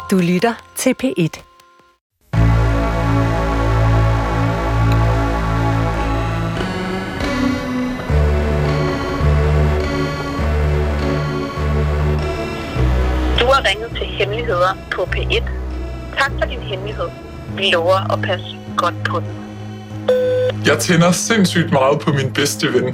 Du lytter til P1. Du har ringet til Hemmeligheder på P1. Tak for din hemmelighed. Vi lover at passe godt på den. Jeg tænder sindssygt meget på min bedste ven.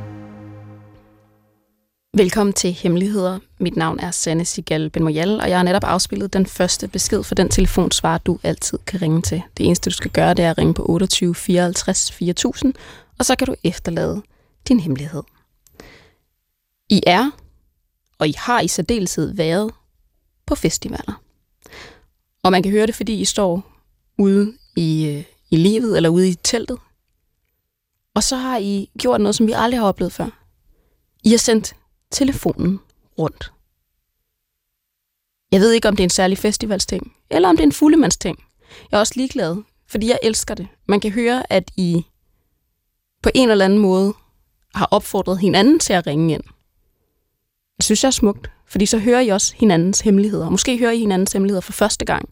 Velkommen til Hemmeligheder. Mit navn er Sanne Sigal Benmoyal, og jeg har netop afspillet den første besked for den telefonsvarer, du altid kan ringe til. Det eneste, du skal gøre, det er at ringe på 28 54 4000, og så kan du efterlade din hemmelighed. I er, og I har i særdeleshed været på festivaler. Og man kan høre det, fordi I står ude i livet eller ude i teltet. Og så har I gjort noget, som vi aldrig har oplevet før. I har sendt telefonen rundt. Jeg ved ikke, om det er en særlig festivalsting, eller om det er en fuldemandsting. Jeg er også ligeglad, fordi jeg elsker det. Man kan høre, at I på en eller anden måde har opfordret hinanden til at ringe ind. Det synes jeg er smukt, fordi så hører I også hinandens hemmeligheder. Måske hører I hinandens hemmeligheder for første gang.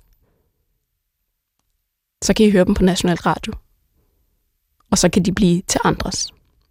Så kan I høre dem på National Radio. Og så kan de blive til andres.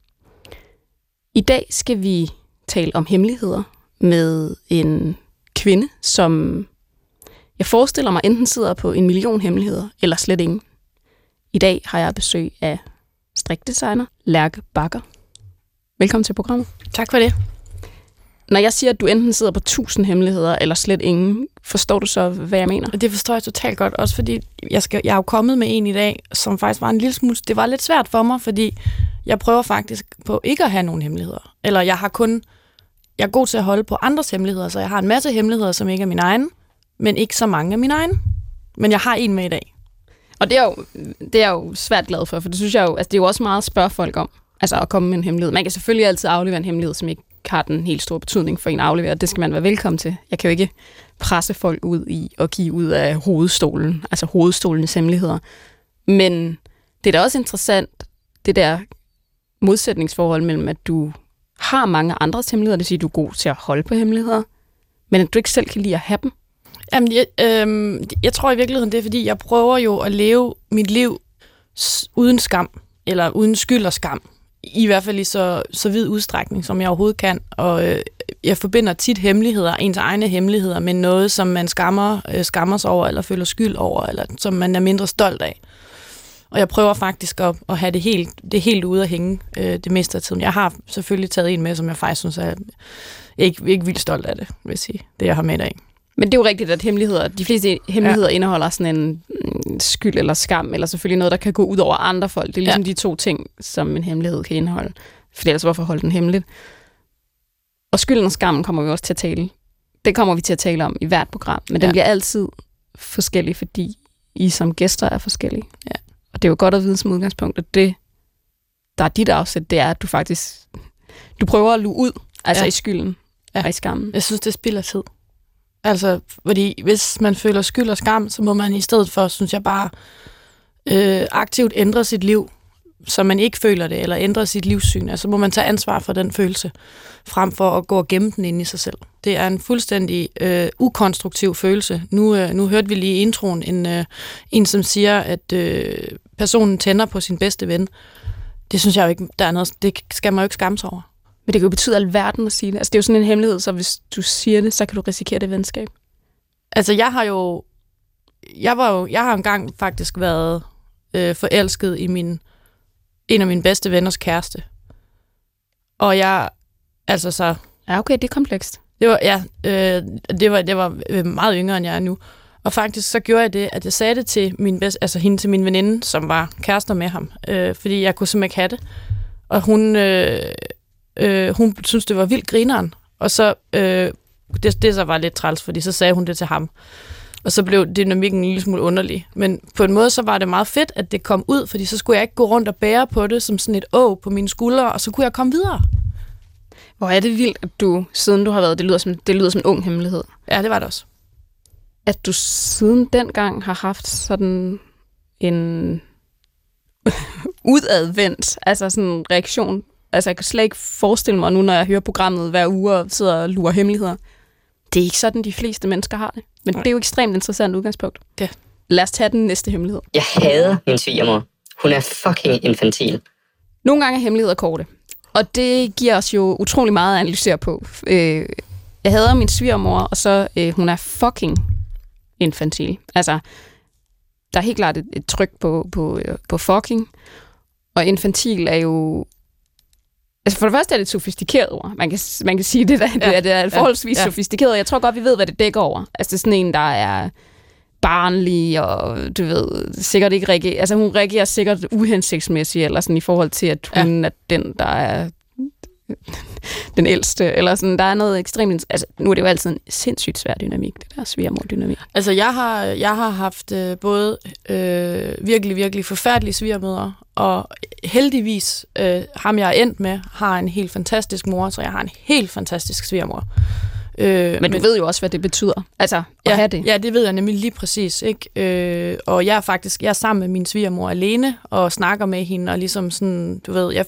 I dag skal vi tale om hemmeligheder med en kvinde, som jeg forestiller mig enten sidder på 1 million hemmeligheder, eller slet ingen. I dag har jeg besøg af strikdesigner Lærke Bagger. Velkommen til programmet. Tak for det. Når jeg siger, at du enten sidder på 1000 hemmeligheder, eller slet ingen, forstår du så, hvad jeg mener? Det forstår jeg totalt godt, også fordi jeg er jo kommet med en i dag, som faktisk var en lille smule. Det var lidt svært for mig, fordi jeg prøver faktisk på ikke at have nogen hemmeligheder. Eller jeg er god til at holde på andres hemmeligheder, så jeg har en masse hemmeligheder, som ikke er mine egne, men ikke så mange af mine egne. Men jeg har en med i dag. Og det er jeg jo svært glad for det synes jeg jo, altså det er jo også meget at spørge folk om, altså at komme med en hemmelighed. Man kan selvfølgelig altid aflevere en hemmelighed, som ikke har den helt store betydning for en afleverer. Det skal man være velkommen til. Jeg kan jo ikke presse folk ud i og give ud af hovedstolen, altså hovedstolens hemmeligheder. Men det er da også interessant, det der modsætningsforhold mellem, at du har mange andres hemmeligheder, det vil sige, at du er god til at holde på hemmeligheder, men at du ikke selv kan lide at have dem. Jamen, jeg tror i virkeligheden, det er, fordi jeg prøver jo at leve mit liv uden skam, eller uden skyld og skam. I hvert fald i så vid udstrækning, som jeg overhovedet kan. Og jeg forbinder tit hemmeligheder, ens egne hemmeligheder, med noget, som man skammer sig over, eller føler skyld over, eller som man er mindre stolt af. Og jeg prøver faktisk at have det helt ude at hænge det meste af tiden. Jeg har selvfølgelig taget en med, som jeg faktisk synes er ikke vildt stolt af det, vil jeg sige. Det, jeg har med i dag. Men det er jo rigtigt, at de fleste hemmeligheder indeholder sådan en skyld eller skam, eller selvfølgelig noget, der kan gå ud over andre folk. Det er ligesom de to ting, som en hemmelighed kan indeholde. For ellers hvorfor holde den hemmeligt? Og skylden og skammen kommer vi også til at tale. Det kommer vi til at tale om i hvert program, men den bliver altid forskellig, fordi I som gæster er forskellige. Ja. Og det er jo godt at vide som udgangspunkt, at det, der er dit afsæt, det er, at du prøver at luge ud, altså i skylden og i skammen. Jeg synes, det spilder tid. Altså, fordi hvis man føler skyld og skam, så må man i stedet for, synes jeg bare, aktivt ændre sit liv, så man ikke føler det, eller ændre sit livssyn. Altså må man tage ansvar for den følelse, frem for at gå og gemme den inde i sig selv. Det er en fuldstændig ukonstruktiv følelse. Nu hørte vi lige i introen en som siger, at personen tænder på sin bedste ven. Det synes jeg jo ikke, der er noget, det skal man jo ikke skamme sig over. Men det kan jo betyde alverden at sige det. Altså, det er jo sådan en hemmelighed, så hvis du siger det, så kan du risikere det venskab. Altså, jeg har engang faktisk været forelsket i en af mine bedste venners kæreste. Og jeg, altså så... Ja, okay, det er komplekst. Det var meget yngre, end jeg er nu. Og faktisk så gjorde jeg det, at jeg sagde det til hende til min veninde, som var kærester med ham. Fordi jeg kunne simpelthen ikke have det. Og hun synes, det var vildt grineren. Og så, det så var lidt træls, fordi så sagde hun det til ham. Og så blev dynamikken en lille smule underlig. Men på en måde, så var det meget fedt, at det kom ud, fordi så skulle jeg ikke gå rundt og bære på det som sådan et på mine skuldre, og så kunne jeg komme videre. Hvor er det vildt, at du, siden du har været, det lyder som en ung hemmelighed. Ja, det var det også. At du siden dengang har haft sådan en udadvendt, altså sådan en reaktion. Altså, jeg kan slet ikke forestille mig nu, når jeg hører programmet hver uge og sidder og lurer hemmeligheder. Det er ikke sådan, de fleste mennesker har det. Men det er jo ekstremt interessant udgangspunkt. Ja. Lad os tage den næste hemmelighed. Jeg hader min svigermor. Hun er fucking infantil. Nogle gange er hemmeligheder korte. Og det giver os jo utrolig meget at analysere på. Jeg hader min svigermor, og så hun er fucking infantil. Altså, der er helt klart et tryk på fucking. Og infantil er jo... Altså for det første er det et sofistikeret ord. Man kan sige det der. Ja, det er forholdsvis sofistikeret. Jeg tror godt, vi ved, hvad det dækker over. Altså det er sådan en, der er barnlig, og du ved, sikkert ikke reagerer. Altså hun reagerer sikkert uhensigtsmæssigt, eller sådan i forhold til, at hun er den, der er den ældste, eller sådan, der er noget ekstremt... Altså, nu er det jo altid en sindssygt svær dynamik, det der svigermor-dynamik. Altså, jeg har haft både virkelig, virkelig forfærdelige svigermødre, og heldigvis ham, jeg er endt med, har en helt fantastisk mor, så jeg har en helt fantastisk svigermor. Men du ved jo også, hvad det betyder, altså at have det. Ja, det ved jeg nemlig lige præcis, ikke? Og jeg er sammen med min svigermor alene, og snakker med hende, og ligesom sådan, du ved,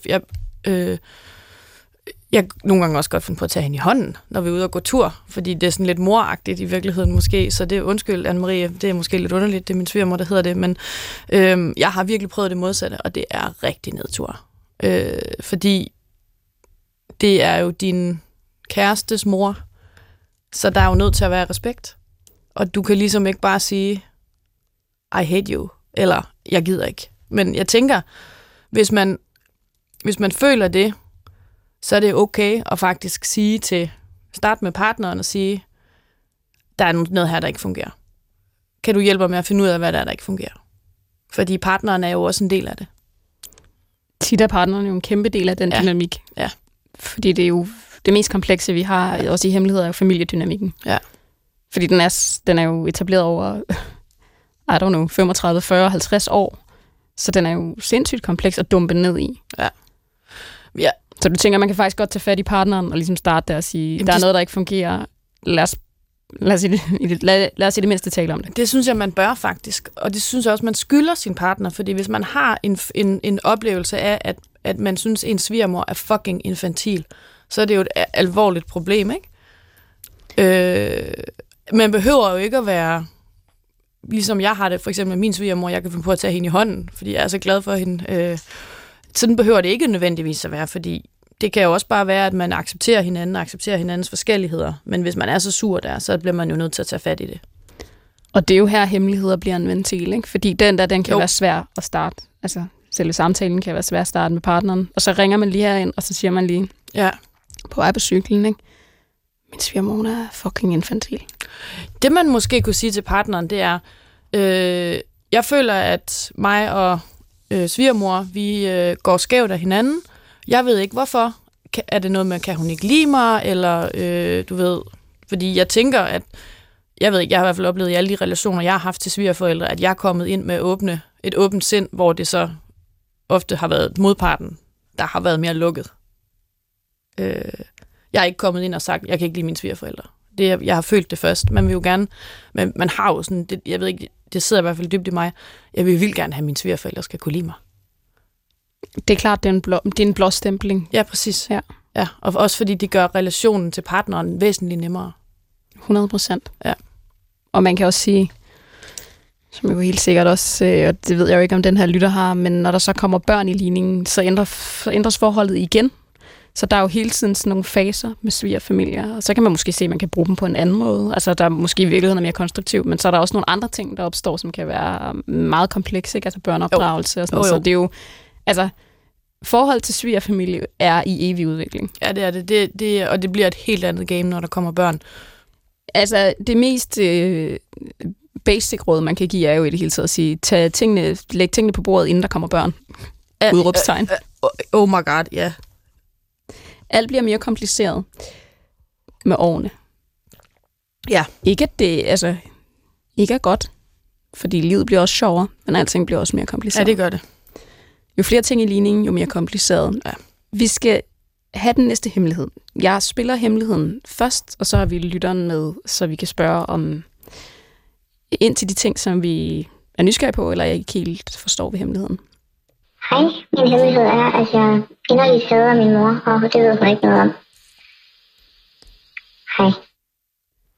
jeg nogle gange også godt finde på at tage hende i hånden, når vi er ude og gå tur, fordi det er sådan lidt moragtigt i virkeligheden måske, så det er undskyld, Anne-Marie, det er måske lidt underligt, det er min svigermor, der hedder det, men jeg har virkelig prøvet det modsatte, og det er rigtig nedtur. Fordi det er jo din kærestes mor, så der er jo nødt til at være respekt, og du kan ligesom ikke bare sige, I hate you, eller jeg gider ikke. Men jeg tænker, hvis man føler det, så er det okay at faktisk starte med partneren og sige, der er noget her, der ikke fungerer. Kan du hjælpe mig med at finde ud af, hvad der ikke fungerer? Fordi partneren er jo også en del af det. Tit er partneren jo en kæmpe del af den dynamik. Ja. Fordi det er jo det mest komplekse, vi har, også i hemmeligheder, er jo familiedynamikken. Ja. Fordi den er jo etableret over, 35, 40, 50 år. Så den er jo sindssygt kompleks at dumpe ned i. Ja. Ja. Så du tænker, man kan faktisk godt tage fat i partneren og ligesom starte der og sige, jamen, der er noget, der ikke fungerer. Lad os i det mindste tale om det. Det synes jeg, man bør faktisk. Og det synes jeg også, man skylder sin partner. Fordi hvis man har en oplevelse af, at man synes, en svigermor er fucking infantil, så er det jo et alvorligt problem, ikke? Man behøver jo ikke at være... Ligesom jeg har det, for eksempel med min svigermor, jeg kan finde på at tage hende i hånden, fordi jeg er så glad for hende. Sådan behøver det ikke nødvendigvis at være, fordi det kan jo også bare være, at man accepterer hinanden og accepterer hinandens forskelligheder. Men hvis man er så sur der, så bliver man jo nødt til at tage fat i det. Og det er jo her, hemmeligheder bliver en ventil, ikke? Fordi den kan være svær at starte. Altså, selve samtalen kan være svær at starte med partneren. Og så ringer man lige herind, og så siger man lige på vej på cyklen, ikke? Min svigermor er fucking infantil. Det, man måske kunne sige til partneren, det er, jeg føler, at mig og svigermor, vi går skævt af hinanden. Jeg ved ikke, hvorfor. Er det noget med, kan hun ikke lide mig? Eller, du ved, fordi jeg tænker, at jeg ved ikke, jeg har i hvert fald oplevet i alle de relationer, jeg har haft til svigerforældre, at jeg er kommet ind med et åbent sind, hvor det så ofte har været modparten, der har været mere lukket. Jeg er ikke kommet ind og sagt, jeg kan ikke lide mine svigerforældre. Jeg har følt det først. Man vil jo gerne, men man har jo sådan, jeg ved ikke, det sidder i hvert fald dybt i mig. Jeg vil vildt gerne have, at mine svigerforældre skal kunne lide mig. Det er klart, det er en blåstempling. Ja, præcis. Ja, og også fordi det gør relationen til partneren væsentligt nemmere. 100%. Ja. Og man kan også sige, som jo helt sikkert også, og det ved jeg jo ikke, om den her lytter har, men når der så kommer børn i ligningen, så ændres forholdet igen. Så der er jo hele tiden sådan nogle faser med svigerfamilier, og så kan man måske se, at man kan bruge dem på en anden måde. Altså, der er måske i virkeligheden mere konstruktivt, men så er der også nogle andre ting, der opstår, som kan være meget komplekse, ikke? Altså børneopdragelse og sådan noget. Så det er jo, altså, forhold til svigerfamilie er i evig udvikling. Ja, det er det. Og det bliver et helt andet game, når der kommer børn. Altså, det mest basic råd, man kan give, er jo i det hele taget at sige, læg tingene på bordet, inden der kommer børn. Udråbstegn. Oh my god, ja. Yeah. Alt bliver mere kompliceret med årene. Ja. Ikke at det ikke er godt, fordi livet bliver også sjovere, men alting bliver også mere kompliceret. Ja, det gør det. Jo flere ting i ligningen, jo mere kompliceret. Ja. Vi skal have den næste hemmelighed. Jeg spiller hemmeligheden først, og så har vi lytteren med, så vi kan spørge om ind til de ting, som vi er nysgerrige på, eller ikke helt forstår ved hemmeligheden. Hej, min hemmelighed er, at jeg inderligt hader min mor, og det ved hun ikke noget om. Hej.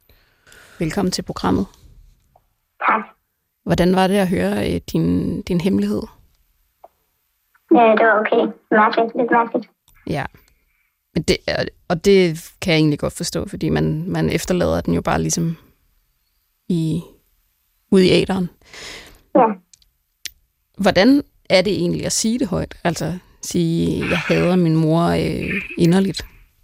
Velkommen til programmet. Tak. Hvordan var det at høre din hemmelighed? Ja, det var okay. Lidt mærkeligt. Ja. Men det kan jeg egentlig godt forstå, fordi man efterlader den jo bare ligesom ude i æteren. Ja. Hvordan er det egentlig at sige det højt? Altså sige, jeg hader min mor inderligt.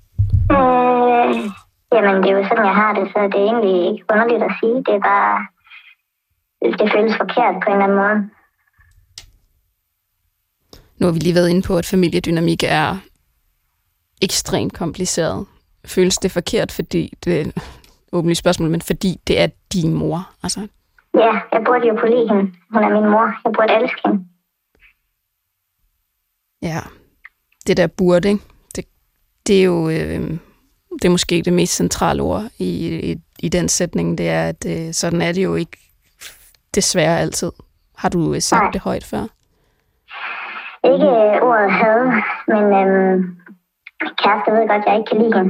Jamen, det er jo sådan, jeg har det, så det er egentlig ikke underligt at sige. Det er bare, det føles forkert på en eller anden måde. Nu har vi lige været inde på, at familiedynamik er ekstremt kompliceret. Føles det forkert, fordi det er et åbenlyst spørgsmål, men fordi det er din mor? Altså. Ja, jeg burde jo kunne lide hende. Hun er min mor. Jeg burde elske hende. Ja, det der burde, ikke? Det er jo det er måske det mest centrale ord i den sætning. Det er, at sådan er det jo ikke desværre altid. Har du sagt det højt før? Ikke ordet had, men kæreste ved godt, at jeg ikke kan lide hende.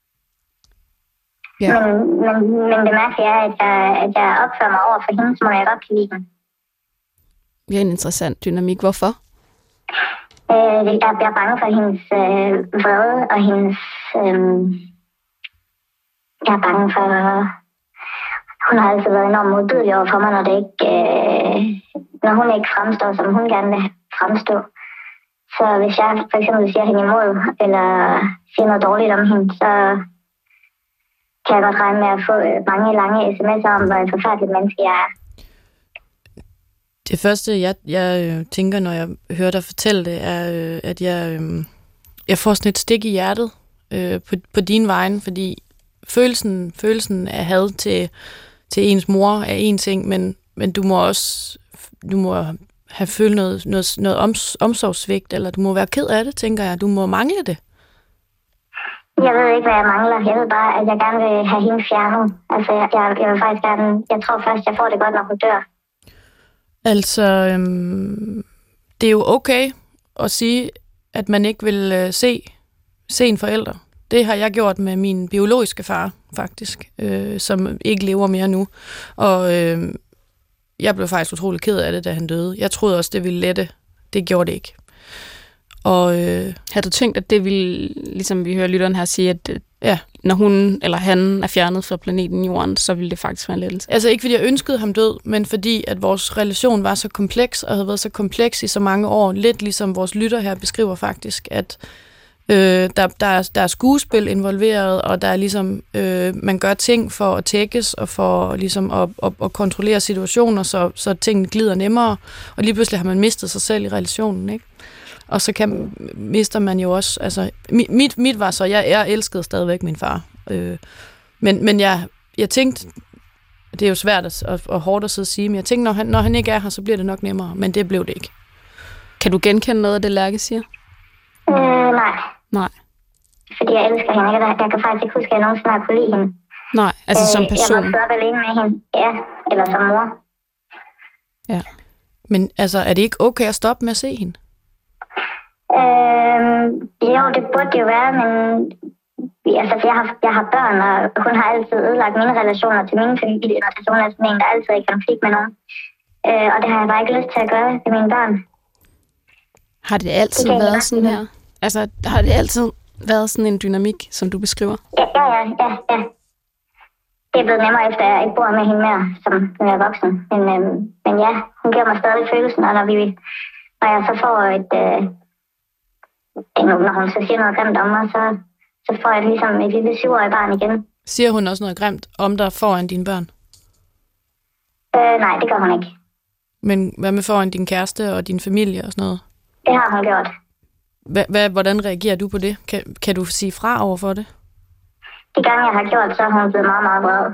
Ja. Men det mærkelige er, at jeg opfører mig over for hende, så må jeg godt kan lide hende. Det er en interessant dynamik. Hvorfor? Jeg bliver bange for hendes vrede og hendes... jeg er bange for... Hun har altid været enormt modbydelig over for mig, når hun ikke fremstår, som hun gerne vil fremstå. Så hvis jeg for eksempel siger hende imod, eller siger noget dårligt om hende, så kan jeg godt regne med at få mange lange sms'er om, hvor et forfærdeligt menneske jeg er. Det første, jeg tænker, når jeg hører dig fortælle det, er, at jeg får sådan et stik i hjertet på din vegne, fordi følelsen af had til ens mor er en ting, men du må have følt noget omsorgssvigt, eller du må være ked af det, tænker jeg. Du må mangle det. Jeg ved ikke, hvad jeg mangler. Jeg ved bare, at jeg gerne vil have hende fjernet. Altså, jeg vil faktisk gerne... Jeg tror først, jeg får det godt, når hun dør. Altså, det er jo okay at sige, at man ikke vil se en forælder. Det har jeg gjort med min biologiske far, faktisk, som ikke lever mere nu. Og jeg blev faktisk utrolig ked af det, da han døde. Jeg troede også, det ville lette. Det gjorde det ikke. Og har du tænkt, at det ville, ligesom vi hører lytteren her sige, at når hun eller han er fjernet fra planeten Jorden, så ville det faktisk være en lettelse? Altså ikke fordi jeg ønskede ham død, men fordi at vores relation var så kompleks, og havde været så kompleks i så mange år. Lidt ligesom vores lytter her beskriver faktisk, at der er skuespil involveret, og der er ligesom, man gør ting for at tækkes, og for ligesom at kontrollere situationer, så tingene glider nemmere, og lige pludselig har man mistet sig selv i relationen, ikke? Og så mister man jo også, altså, mit var så, jeg elskede stadigvæk min far, men jeg tænkte, det er jo svært og hårdt at sidde og sige, men jeg tænkte, når han ikke er her, så bliver det nok nemmere, men det blev det ikke. Kan du genkende noget af det, Lærke siger? Nej. Fordi jeg elsker hende. Jeg kan faktisk ikke huske, at jeg nogensinde har kunne lide hende. Nej, altså som person. Jeg var stadig alene med hende. Ja, eller som mor. Ja. Men altså, er det ikke okay at stoppe med at se hende? Jo, det burde det jo være, men altså, jeg har børn, og hun har altid ødelagt mine relationer til min familie, og hun er sådan en, der altid er i konflikt med nogen. Og det har jeg bare ikke lyst til at gøre til mine børn. Har det altid været sådan her? Altså, har det altid været sådan en dynamik, som du beskriver? Ja. Det er blevet nemmere, efter jeg ikke bor med hende mere, som når jeg er voksen. Men ja, hun giver mig stadig følelsen, og når jeg så får når hun så siger noget grimt om mig, så får jeg ligesom et lille 7-årigt barn igen. Siger hun også noget grimt om dig foran dine børn? Nej, det gør hun ikke. Men hvad med foran din kæreste og din familie og sådan noget? Det har hun gjort. Hvordan reagerer du på det? Kan du sige fra over for det? De gange, jeg har gjort, så har hun blevet meget, meget vred.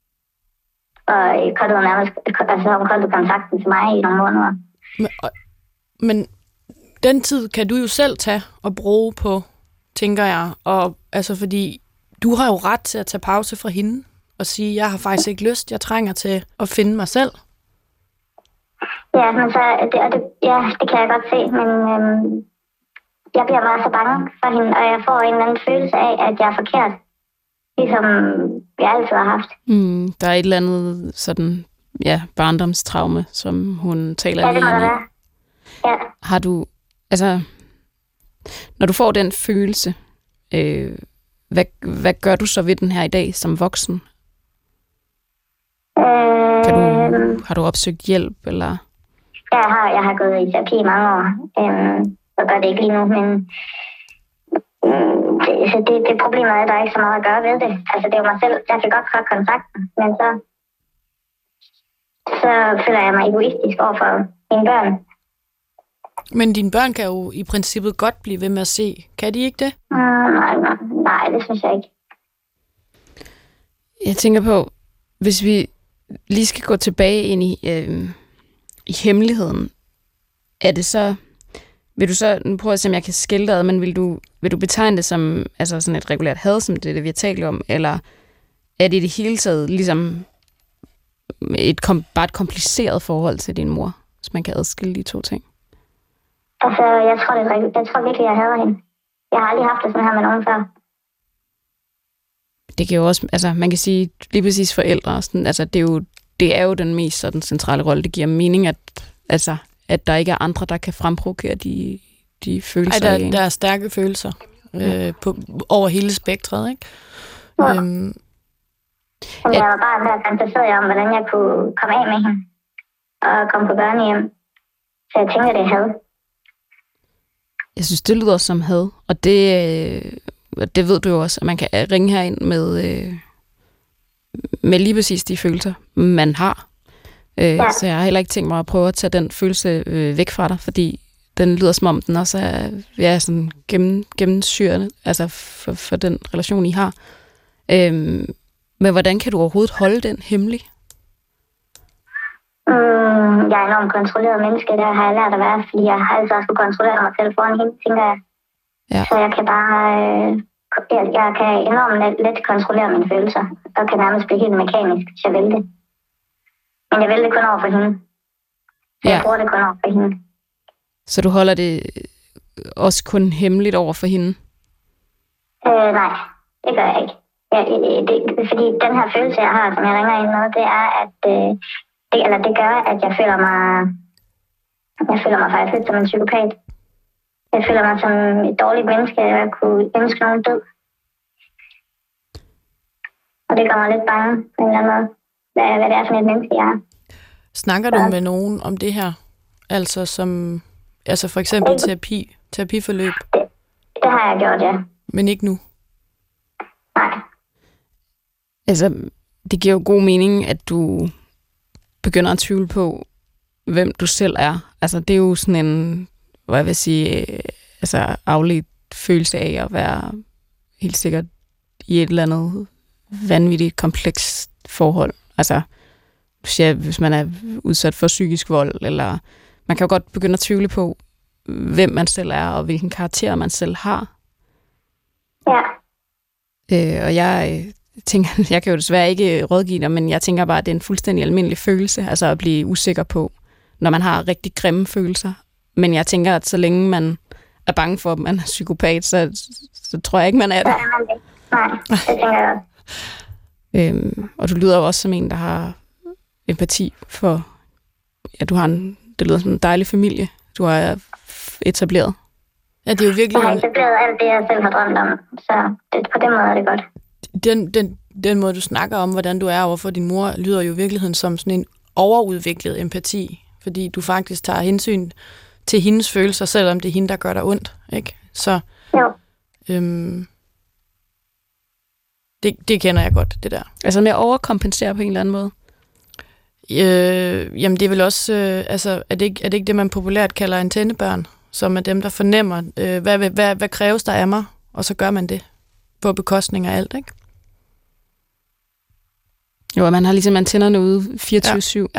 Og hun koldt kontakten til mig i nogle måneder. Men den tid kan du jo selv tage og bruge på, tænker jeg. Og altså, fordi du har jo ret til at tage pause fra hende og sige, jeg har faktisk ikke lyst, jeg trænger til at finde mig selv. Ja, men så, det kan jeg godt se, men jeg bliver bare så bange for hende, og jeg får en eller anden følelse af, at jeg er forkert. Ligesom vi altid har haft. Der er et eller andet sådan, barndomstraume, som hun taler det må der være. Ja. Har du, altså, når du får den følelse, hvad gør du så ved den her i dag som voksen? Har du opsøgt hjælp, eller? Jeg har gået i terapi i mange år, og gør det ikke lige nu, men det problemet er, at der er ikke så meget at gøre ved det. Altså, det er jo mig selv, jeg kan godt krakke kontakten, men så føler jeg mig egoistisk over for mine børn. Men dine børn kan jo i princippet godt blive ved med at se. Kan de ikke det? Nej, det synes jeg ikke. Jeg tænker på, hvis vi lige skal gå tilbage ind i hemmeligheden, er det så, vil du så, nu prøver jeg at se, om jeg kan skille dig ad, men vil du betegne det som altså sådan et regulært had, som det vi har talt om, eller er det i det hele taget ligesom bare et kompliceret forhold til din mor, hvis man kan adskille de to ting? Altså, jeg tror virkelig, jeg hader hende. Jeg har aldrig haft det sådan her med nogen før. Det kan jo også, altså man kan sige lige præcis forældre, sådan, altså det er jo den mest sådan centrale rolle. Det giver mening, at der ikke er andre, der kan fremprovokere de følelser. Ej, der er stærke følelser over hele spektret, ikke? Ja. Jeg var bare der fantaserede jeg om, hvordan jeg kunne komme af med hende og komme på børnehjem. Så jeg tænker, det er had. Jeg synes, det lyder som had, og det ved du jo også, at man kan ringe herind med lige præcis de følelser, man har. Så jeg har heller ikke tænkt mig at prøve at tage den følelse væk fra dig, fordi den lyder som om, den også er sådan gennemsyrende, altså for den relation, I har. Men hvordan kan du overhovedet holde den hemmelig? Jeg er enormt kontrolleret menneske, der har jeg lært at være, fordi jeg har altid skulle kontrollere mig selv foran hende, tænker jeg. Ja. Så jeg kan bare... Jeg kan enormt let kontrollere mine følelser, og kan nærmest blive helt mekanisk, hvis jeg vil det. Men jeg vil det kun over for hende. Jeg bruger det kun over for hende. Så du holder det også kun hemmeligt over for hende? Nej, det gør jeg ikke. Fordi den her følelse, jeg har, som jeg ringer ind med, det er, at det gør, at jeg føler mig faktisk som en psykopat. Jeg føler mig som et dårligt menneske, og jeg kunne ønske nogen død. Og det gør mig lidt bange på en eller anden måde, hvad det er for et menneske, jeg er. Snakker du med nogen om det her? Altså for eksempel terapiforløb? Det har jeg gjort, ja. Men ikke nu? Nej. Altså, det giver jo god mening, at du begynder at tvivle på, hvem du selv er. Altså, det er jo sådan en, hvad jeg vil sige, afledt følelse af at være helt sikkert i et eller andet vanvittigt komplekst forhold. Altså, hvis man er udsat for psykisk vold, eller man kan jo godt begynde at tvivle på, hvem man selv er, og hvilken karakter man selv har. Ja. Og jeg tænker, jeg kan jo desværre ikke rådgive dig, men jeg tænker bare, at det er en fuldstændig almindelig følelse, altså at blive usikker på, når man har rigtig grimme følelser. Men jeg tænker, at så længe man er bange for, at man er psykopat, så tror jeg ikke, man er det. Nej, det tænker jeg også. Og du lyder jo også som en, der har empati for, ja, det lyder som en dejlig familie, du har etableret. Ja, det er jo virkelig... Jeg har etableret alt det, jeg selv har drømt om, så på den måde er det godt. Den måde, du snakker om, hvordan du er overfor din mor, lyder jo i virkeligheden som sådan en overudviklet empati, fordi du faktisk tager hensyn til hendes følelser, selvom det er hende, der gør dig ondt, ikke? Så jo. Det kender jeg godt, det der. Altså med at overkompensere på en eller anden måde? Jamen det er vel også, er det ikke det, man populært kalder antennebørn, som er dem, der fornemmer, hvad kræves der af mig, og så gør man det på bekostning af alt, ikke? Jo, man har ligesom antennerne ude 24/7. Ja.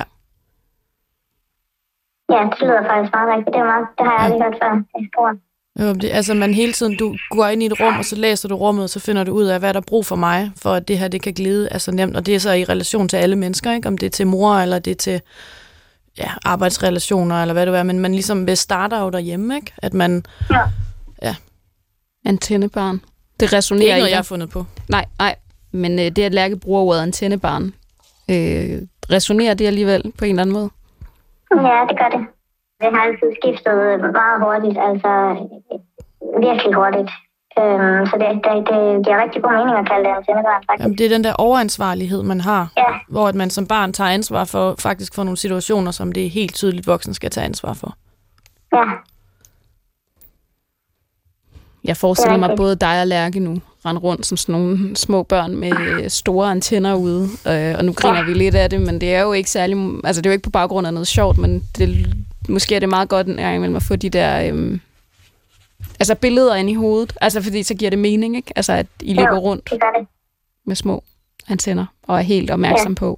Ja, det lyder faktisk meget rigtigt. Det har jeg aldrig hørt før. Man hele tiden, du går ind i et rum, og så læser du rummet, og så finder du ud af, hvad der er brug for mig, for at det her, det kan glide nemt. Og det er så i relation til alle mennesker, ikke? Om det er til mor, eller det er til arbejdsrelationer, eller hvad det er. Men man ligesom starter jo derhjemme, ikke? At man... Ja. Antennebarn. Det resonerer. Det er ikke noget, jeg har fundet på. Nej. Men det, at Lærke bruger ordet antennebarn, resonerer det alligevel på en eller anden måde? Ja, det gør det. Det har altid skiftet meget hurtigt, altså virkelig hurtigt. Så det giver rigtig god mening at kalde det antennebarn, faktisk. Jamen, det er den der overansvarlighed, man har, Ja. hvor at man som barn tager ansvar for faktisk for nogle situationer, som det er helt tydeligt, voksne skal tage ansvar for. Ja. Jeg forestiller mig både dig og Lærke nu rende rundt som sådan nogle små børn med store antenner ude, og nu griner vi lidt af det, men det er jo ikke særlig, altså det er jo ikke på baggrund af noget sjovt, men måske er det meget godt en gang imellem at få de der altså billeder ind i hovedet, altså fordi så giver det mening, ikke? Altså at I løber rundt med små antenner og er helt opmærksom på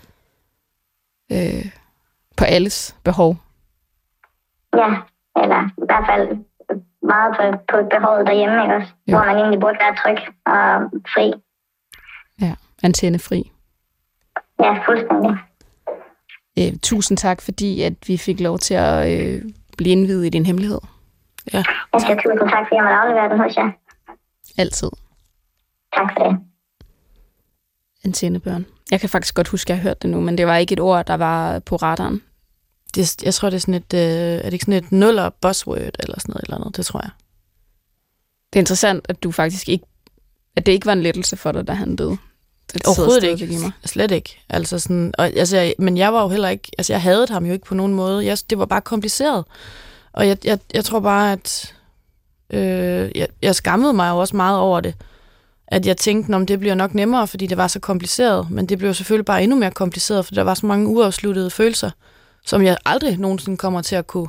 på alles behov. Ja, eller i hvert fald meget på behovet derhjemme, ikke også? Jo. Hvor man egentlig burde være tryg og fri. Ja, antennefri. Ja, fuldstændig. Tusind tak, fordi at vi fik lov til at blive indviet i din hemmelighed. Ja. Jeg skal tusind tak, fordi jeg måtte aflevere den hos jer. Altid. Tak for det. Antennebørn. Jeg kan faktisk godt huske, at jeg har hørt det nu, men det var ikke et ord, der var på radaren. Jeg tror, det er sådan et, er det ikke sådan et nuller buzzword eller sådan noget eller andet, det tror jeg. Det er interessant, at du faktisk ikke, at det ikke var en lettelse for dig, da han døde. Det Overhovedet ikke. Slet ikke. Altså sådan, og, altså, men jeg var jo heller ikke, altså jeg hadede ham jo ikke på nogen måde. Det var bare kompliceret. Og jeg tror bare, at jeg skammede mig jo også meget over det. At jeg tænkte, om det bliver nok nemmere, fordi det var så kompliceret. Men det blev selvfølgelig bare endnu mere kompliceret, fordi der var så mange uafsluttede følelser, som jeg aldrig nogensinde kommer til at kunne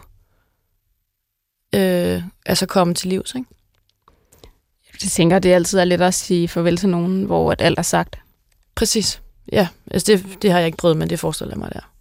komme til livs, ikke? Jeg tænker, det altid er let at sige farvel til nogen, hvor at alt er sagt. Præcis. Ja, altså det har jeg ikke prøvet, men det forestiller jeg mig der.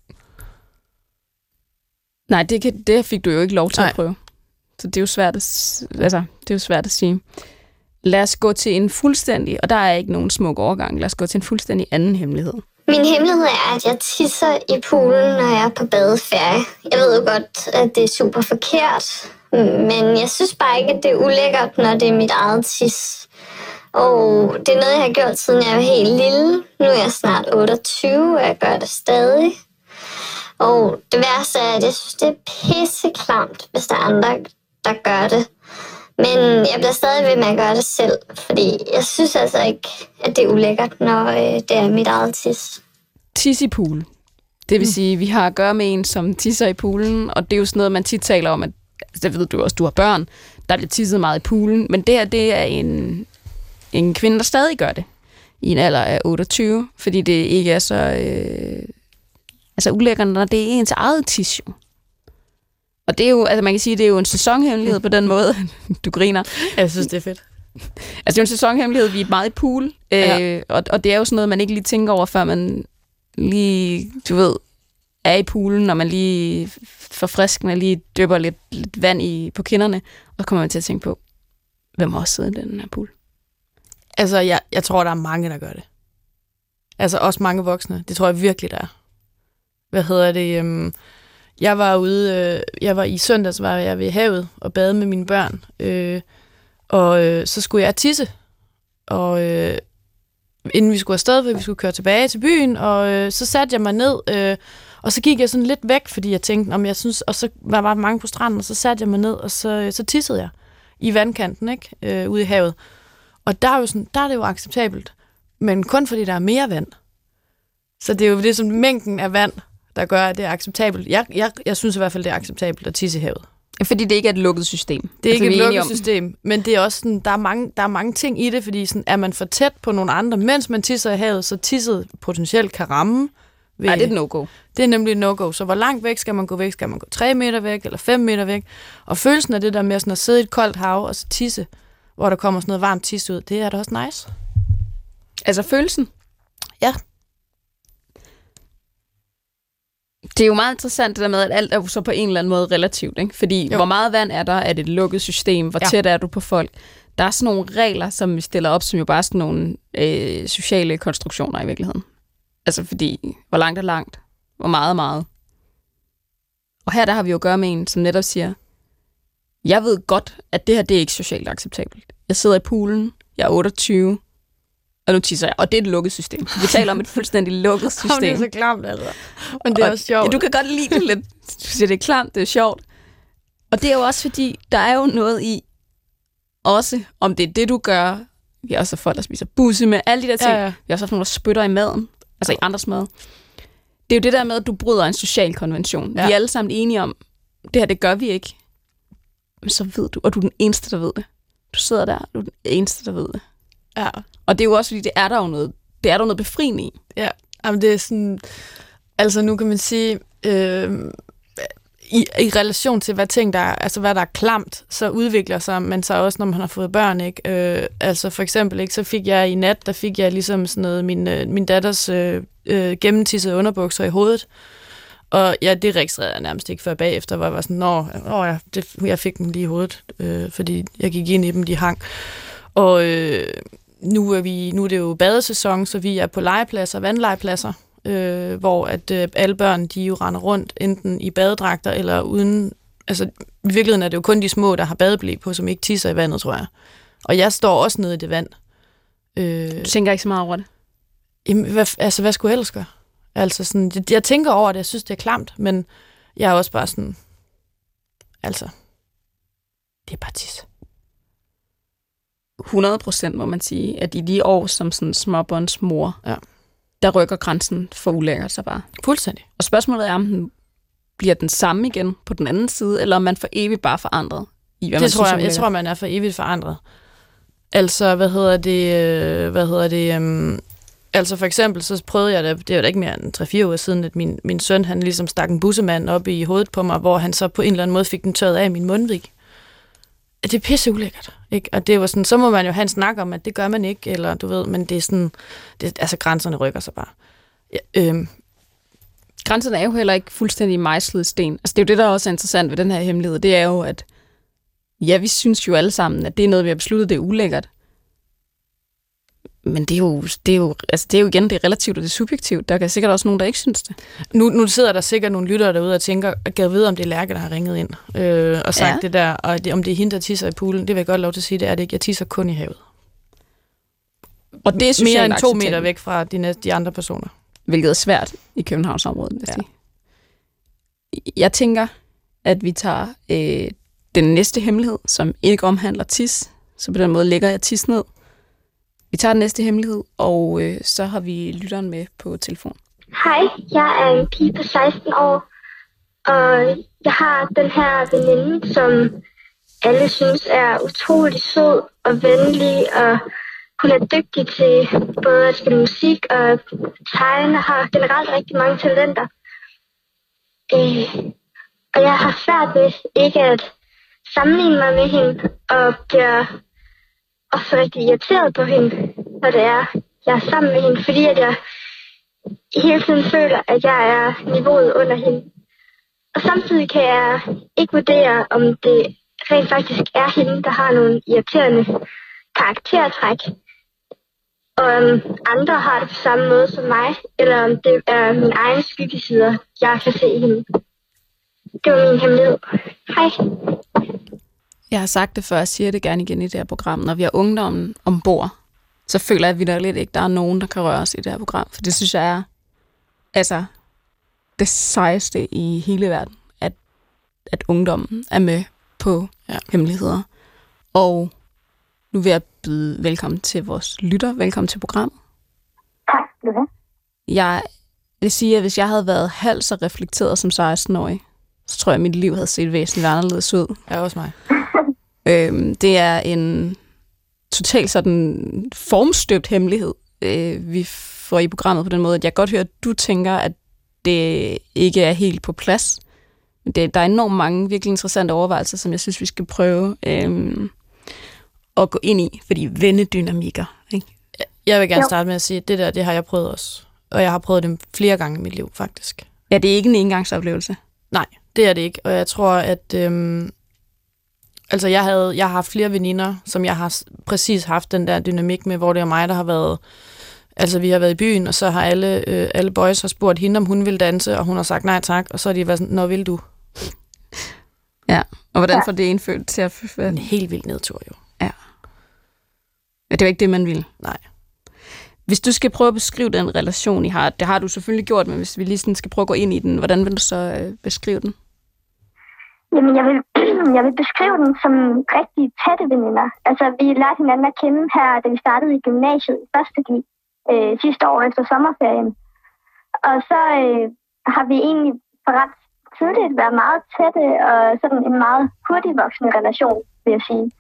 Nej, det fik du jo ikke lov til at prøve. Så det er jo svært at sige. Lad os gå til en fuldstændig, og der er ikke nogen smuk overgang, lad os gå til en fuldstændig anden hemmelighed. Min hemmelighed er, at jeg tisser i poolen, når jeg er på badeferie. Jeg ved jo godt, at det er super forkert, men jeg synes bare ikke, at det er ulækkert, når det er mit eget tis. Og det er noget, jeg har gjort, siden jeg var helt lille. Nu er jeg snart 28, og jeg gør det stadig. Og det værste er, at jeg synes, det er pisseklamt, hvis der er andre, der gør det. Men jeg bliver stadig ved med at gøre det selv, fordi jeg synes altså ikke, at det er ulækkert, når det er mit eget tis. Tis i pool. Det vil sige, at vi har at gøre med en, som tisser i poolen, og det er jo sådan noget, man tit taler om, at det ved du også, du har børn, der bliver tisset meget i poolen, men det her, det er en kvinde, der stadig gør det i en alder af 28, fordi det ikke er så ulækkert, når det er ens eget tis jo. Og det er jo, altså man kan sige, det er jo en sæsonhemmelighed på den måde. Du griner. Jeg synes, det er fedt. Altså det er jo en sæsonhemmelighed, vi er meget i pool, og det er jo sådan noget, man ikke lige tænker over, før man lige, du ved, er i poolen, når man lige forfriskende lige dypper lidt vand på kinderne, og så kommer man til at tænke på, hvem har også siddet i den her pool? Altså, jeg tror, der er mange, der gør det. Altså også mange voksne. Det tror jeg virkelig, der er. Hvad hedder det? Jeg var i søndags, var jeg ved havet og bade med mine børn, og så skulle jeg tisse, og inden vi skulle afsted, for vi skulle køre tilbage til byen, og så satte jeg mig ned, og så gik jeg sådan lidt væk, fordi jeg tænkte, om jeg synes, og så var der mange på stranden, og så satte jeg mig ned, og så tissede jeg i vandkanten, ikke, ude i havet. Og der er det jo acceptabelt, men kun fordi der er mere vand. Så det er jo det som mængden af vand, der gør, at det er acceptabelt. Jeg synes i hvert fald, det er acceptabelt at tisse i havet. Fordi det ikke er et lukket system. Det er ikke et lukket system, men det er også sådan, der er mange ting i det, fordi sådan, er man for tæt på nogle andre, mens man tisser i havet, så tisset potentielt kan ramme. Nej, det er et no-go. Det er nemlig et no-go. Så hvor langt væk skal man gå væk? Skal man gå 3 meter væk, eller 5 meter væk? Og følelsen af det der med sådan at sidde i et koldt hav, og så tisse, hvor der kommer sådan noget varmt tis ud, det er da også nice. Altså følelsen? Ja. Det er jo meget interessant det der med, at alt er så på en eller anden måde relativt, ikke? Fordi hvor meget vand er der? Er det et lukket system? Hvor tæt er du på folk? Der er sådan nogle regler, som vi stiller op, som jo bare er sådan nogle sociale konstruktioner i virkeligheden. Altså fordi, hvor langt er langt? Hvor meget er meget? Og her der har vi jo at gøre med en, som netop siger, jeg ved godt, at det her det er ikke socialt acceptabelt. Jeg sidder i poolen, jeg er 28, Og nu tisser jeg. Og det er et lukket system. Vi taler om et fuldstændig lukket system. Det er så klamt, altså. Men det er også sjovt. Ja, du kan godt lide det lidt. Du siger, det er klamt, det er sjovt. Og det er jo også fordi, der er jo noget i, også om det er det, du gør. Vi har også folk, der spiser busse med alle de der ting. Ja. Vi har også nogen, der spytter i maden. Altså i andres mad. Det er jo det der med, at du bryder en social konvention. Ja. Vi er alle sammen enige om, det her, det gør vi ikke. Men så ved du, og du er den eneste, der ved det. Du sidder der, du er den eneste, der ved det. Ja. Og det er jo også, fordi det er der jo noget befriende i. Ja, jamen det er sådan, altså nu kan man sige, i relation til, hvad der er klamt, så udvikler sig man så også, når man har fået børn, ikke? Altså for eksempel, ikke, så fik jeg i nat, der fik jeg ligesom sådan noget, min datters gennemtissede underbukser i hovedet. Og ja, det registrerede jeg nærmest ikke før bagefter, hvor jeg var sådan, jeg fik dem lige i hovedet, fordi jeg gik ind i dem, de hang. Og nu er det jo badesæson, så vi er på legepladser, vandlegepladser, hvor at alle børn, de jo render rundt, enten i badedragter eller uden. Altså, i virkeligheden er det jo kun de små, der har badeblæ på, som ikke tisser i vandet, tror jeg. Og jeg står også nede i det vand. Du tænker ikke så meget over det? Jamen, hvad skulle jeg ellers gøre? Altså, sådan, jeg tænker over det, jeg synes, det er klamt, men jeg er også bare sådan, altså, det er bare tis. 100% må man sige, at i de år som sådan småbåndsmor, der rykker grænsen for ulækkert sig bare. Fuldstændig. Og spørgsmålet er, om den bliver den samme igen på den anden side, eller om man for evigt bare forandret i, hvad det man synes, jeg tror, man er for evigt forandret. Altså, altså for eksempel, så prøvede jeg det var da ikke mere end 3-4 uger siden, at min søn, han ligesom stak en bussemand op i hovedet på mig, hvor han så på en eller anden måde fik den tørret af min mundvig. Det er pisse ulækkert, ikke? Og det var sådan, så må man jo have en snak om, at det gør man ikke, eller du ved, men det er sådan, altså grænserne rykker sig bare. Ja, Grænserne er jo heller ikke fuldstændig mejslet sten. Altså det er jo det, der også er interessant ved den her hemmelighed, det er jo, at ja, vi synes jo alle sammen, at det er noget, vi har besluttet, det er ulækkert. Men det er jo igen, det er relativt, og det er subjektivt. Der kan sikkert også nogen, der ikke synes det. Nu sidder der sikkert nogle lyttere derude og tænker, at vide, om det er Lærke, der har ringet ind og sagt det der, og om det er hende, der tisser i poolen. Det vil jeg godt lov til at sige, det er det ikke. Jeg tisser kun i havet. Og det er mere end 2 meter væk fra de andre personer. Hvilket er svært i Københavnsområdet, vil jeg sige. Jeg tænker, at vi tager den næste hemmelighed, som ikke omhandler tis. Så på den måde lægger jeg tis ned. Vi tager den næste hemmelighed, og så har vi lytteren med på telefon. Hej, jeg er en pige på 16 år, og jeg har den her veninde, som alle synes er utrolig sød og venlig, og hun er dygtig til både at spille musik og tegne, og har generelt rigtig mange talenter. Og jeg har svært ved ikke at sammenligne mig med hende, og bliver også rigtig irriteret på hende, når det er, jeg er sammen med hende, fordi at jeg hele tiden føler, at jeg er niveauet under hende. Og samtidig kan jeg ikke vurdere, om det rent faktisk er hende, der har nogle irriterende karaktertræk, og om andre har det på samme måde som mig, eller om det er mine egne skyggesider, jeg kan se i hende. Det var min hemmelighed. Hej. Jeg har sagt det før, jeg siger det gerne igen i det her program. Når vi har ungdommen ombord, så føler jeg, at vi der lidt ikke, der er nogen, der kan røre os i det her program. For det synes jeg er altså det sejeste i hele verden, at ungdommen er med på hemmeligheder. Og nu vil jeg byde velkommen til vores lytter. Velkommen til programmet. Tak skal du have. Jeg vil sige, at hvis jeg havde været halvt så reflekteret som 16-årig, så tror jeg, at mit liv havde set væsentligt anderledes ud. Ja, også mig. Det er en totalt sådan formstøbt hemmelighed, vi får i programmet på den måde, at jeg godt hører, at du tænker, at det ikke er helt på plads. Men der er enormt mange virkelig interessante overvejelser, som jeg synes, vi skal prøve at gå ind i, fordi vennedynamikker. Ikke? Jeg vil gerne starte med at sige, at det har jeg prøvet også. Og jeg har prøvet dem flere gange i mit liv, faktisk. Ja, det er ikke en engangsoplevelse. Nej, det er det ikke. Og jeg tror, at altså jeg har haft flere veninder, som jeg har præcis haft den der dynamik med, hvor det er mig, der har været. Altså vi har været i byen, og så har alle boys har spurgt hende, om hun vil danse, og hun har sagt nej tak, og så har de været sådan, nå vil du? Ja, og hvordan får det indfølt til at en helt vild nedtur jo. Ja. Men det var ikke det, man ville. Nej. Hvis du skal prøve at beskrive den relation, I har, det har du selvfølgelig gjort, men hvis vi lige sådan skal prøve at gå ind i den, hvordan vil du så beskrive den? Jamen, jeg vil beskrive den som rigtig tætte veninder. Altså, vi lærte hinanden at kende her, da vi startede i gymnasiet i 1. G sidste år efter sommerferien. Og så har vi egentlig for ret tidligt været meget tætte og sådan en meget hurtigt voksende relation, vil jeg sige.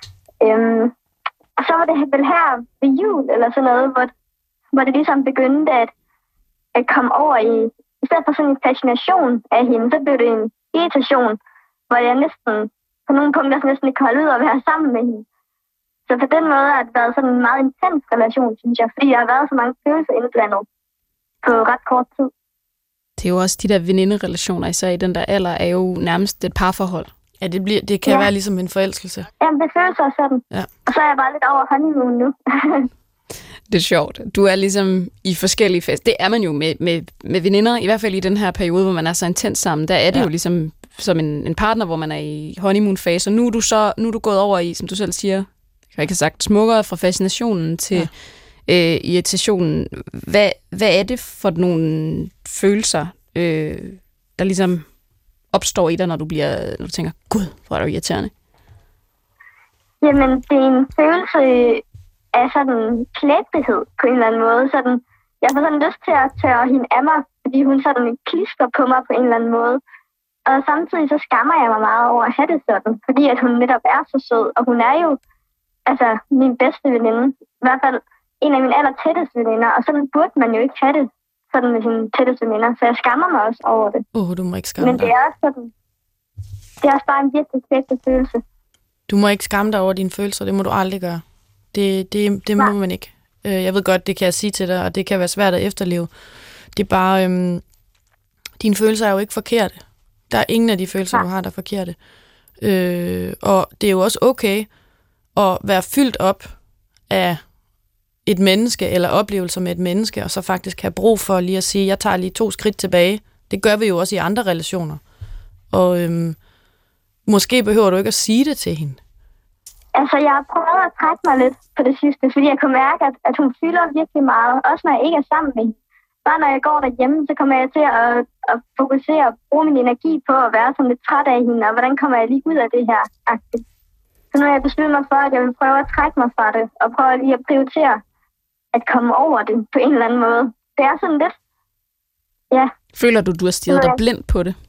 Og så var det vel her ved jul eller sådan noget, hvor det ligesom begyndte at komme over i stedet for sådan en fascination af hende, så blev det en irritation, hvor jeg næsten på nogle punkter næsten ikke kan holde ud at være sammen med hende. Så på den måde har det været sådan en meget intens relation, synes jeg, fordi der har været så mange følelser indblandet på ret kort tid. Det er jo også de der veninderelationer, især i den der alder, er jo nærmest et parforhold. Ja, det kan være ligesom en forelskelse. Jamen, det føles også sådan. Ja. Og så er jeg bare lidt over honeymoon nu. Det er sjovt. Du er ligesom i forskellige faser. Det er man jo med veninder, i hvert fald i den her periode, hvor man er så intens sammen. Der er det jo ligesom som en partner, hvor man er i honeymoon-fase. Og nu er du gået over i, som du selv siger, jeg ikke have sagt, smukkere fra fascinationen til irritationen. Hvad er det for nogle følelser, der ligesom opstår i dig, når du tænker, gud, hvor er du irriterende? Jamen, det er en følelse af sådan klæbighed på en eller anden måde. Sådan, jeg får sådan lyst til at tørre hende af mig, fordi hun sådan klister på mig på en eller anden måde. Og samtidig så skammer jeg mig meget over at have det sådan, fordi at hun netop er så sød, og hun er jo altså min bedste veninde. I hvert fald en af mine allertætteste veninder, og sådan burde man jo ikke have det sådan med sine tætteste veninder, så jeg skammer mig også over det. Du må ikke skamme dig. Men det er også sådan, det er også bare en virkelig klæbig følelse. Du må ikke skamme dig over dine følelser, det må du aldrig gøre. Det må man ikke. Jeg ved godt, det kan jeg sige til dig, og det kan være svært at efterleve. Det er bare, dine følelser er jo ikke forkerte. Der er ingen af de følelser, du har, der er forkerte. Og det er jo også okay at være fyldt op af et menneske, eller oplevelser med et menneske, og så faktisk have brug for lige at sige, jeg tager lige 2 skridt tilbage. Det gør vi jo også i andre relationer. Og måske behøver du ikke at sige det til hende. Altså, jeg har prøvet at trække mig lidt på det sidste, fordi jeg kunne mærke, at hun fylder virkelig meget, også når jeg ikke er sammen med hende. Bare når jeg går derhjemme, så kommer jeg til at fokusere og bruge min energi på at være sådan lidt træt af hende, og hvordan kommer jeg lige ud af det her? Så nu har jeg besluttet mig for, at jeg vil prøve at trække mig fra det, og prøve lige at prioritere at komme over det på en eller anden måde. Det er sådan lidt, ja. Føler du har stirret dig blind på det?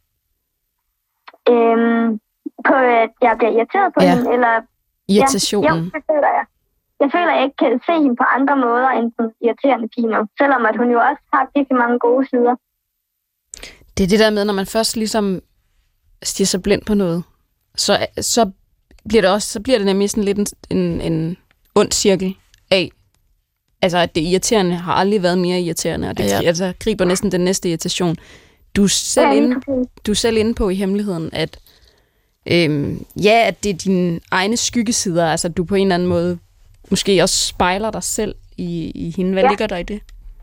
På at jeg bliver irriteret på hende, eller... Irritationen. Ja, det føler jeg. Jeg føler, at jeg ikke kan se hende på andre måder end den irriterende pige nu, selvom at hun jo også har virkelig mange gode sider. Det er det der med, når man først ligesom stirrer sig blind på noget, så bliver det nemlig sådan lidt en ond cirkel af, altså at det irriterende har aldrig været mere irriterende, og det griber næsten den næste irritation. Du er selv inde på i hemmeligheden, at at det er dine egne skyggesider, altså at du på en eller anden måde måske også spejler dig selv i hende. Hvad ligger der i det?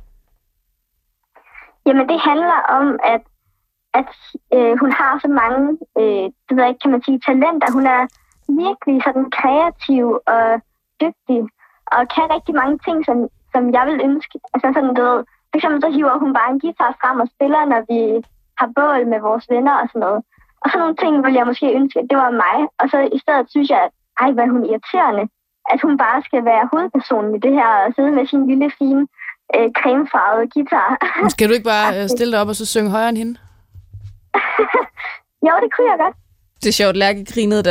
Jamen, det handler om, at hun har så mange, det ved jeg ikke, kan man sige, talenter. Hun er virkelig sådan kreativ og dygtig, og kan rigtig mange ting, som jeg vil ønske. Altså sådan, du ved, for eksempel så hiver hun bare en guitar frem og spiller, når vi har bål med vores venner og sådan noget. Og sådan nogle ting ville jeg måske ønske, at det var mig. Og så i stedet synes jeg, at hvor er hun irriterende, at hun bare skal være hovedpersonen i det her og sidde med sin lille, fine, cremefarvede guitar. Skal du ikke bare stille dig op og så synge højere end hende? Jo, det kunne jeg godt. Det er sjovt, Lærke grinede,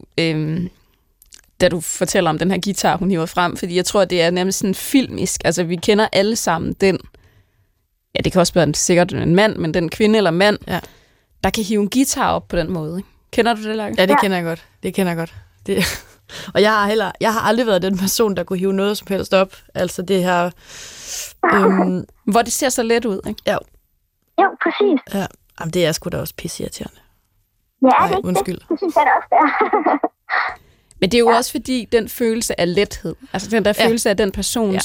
da du fortæller om den her guitar, hun hiver frem, fordi jeg tror, det er nærmest sådan filmisk. Altså, vi kender alle sammen den, ja, det kan også være sikkert en mand, men den kvinde eller mand, der kan hive en guitar op på den måde. Ikke? Kender du det, Lærke? Ja, det kender jeg godt. Det kender jeg godt. Og jeg har aldrig været den person, der kunne hive noget som helst op. Altså det her... hvor det ser så let ud, ikke? Ja. Jo, præcis. Ja. Jamen, det er sgu da også pisseirriterende. Ja, det synes jeg da også, det er. Men det er jo også fordi, den følelse af lethed, altså den der følelse af den person,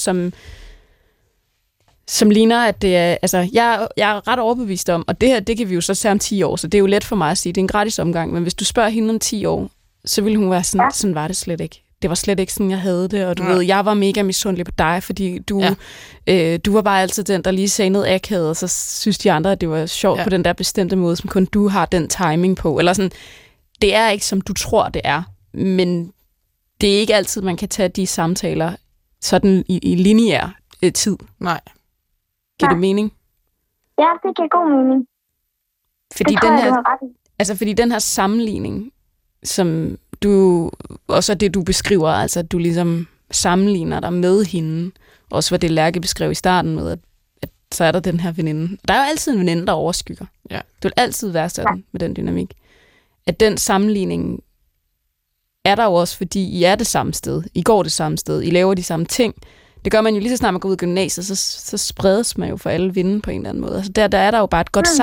som ligner, at det er... Altså, jeg er ret overbevist om, og det her, det kan vi jo så se om 10 år, så det er jo let for mig at sige, det er en gratis omgang, men hvis du spørger hende om 10 år, så vil hun være sådan, sådan var det slet ikke. det var slet ikke sådan, jeg havde det, og du ved, jeg var mega misundelig på dig, fordi du var bare altid den, der lige sagde noget akavet, og så synes de andre, at det var sjovt på den der bestemte måde, som kun du har den timing på. Eller sådan, det er ikke, som du tror, det er, men det er ikke altid, man kan tage de samtaler sådan i lineær tid. Nej. Giver det mening? Ja, det giver god mening. Fordi det tror jeg, du har ret i. Altså, fordi den her sammenligning, som du, også det, du beskriver, altså, at du ligesom sammenligner dig med hende, også hvad det Lærke beskrev i starten med, at så er der den her veninde. Der er jo altid en veninde, der overskygger. Ja. Det vil altid være sådan med den dynamik. At den sammenligning er der jo også, fordi I er det samme sted. I går det samme sted. I laver de samme ting. Det gør man jo lige så snart man går ud af gymnasiet, så spredes man jo for alle vinde på en eller anden måde. Altså der er der jo bare et godt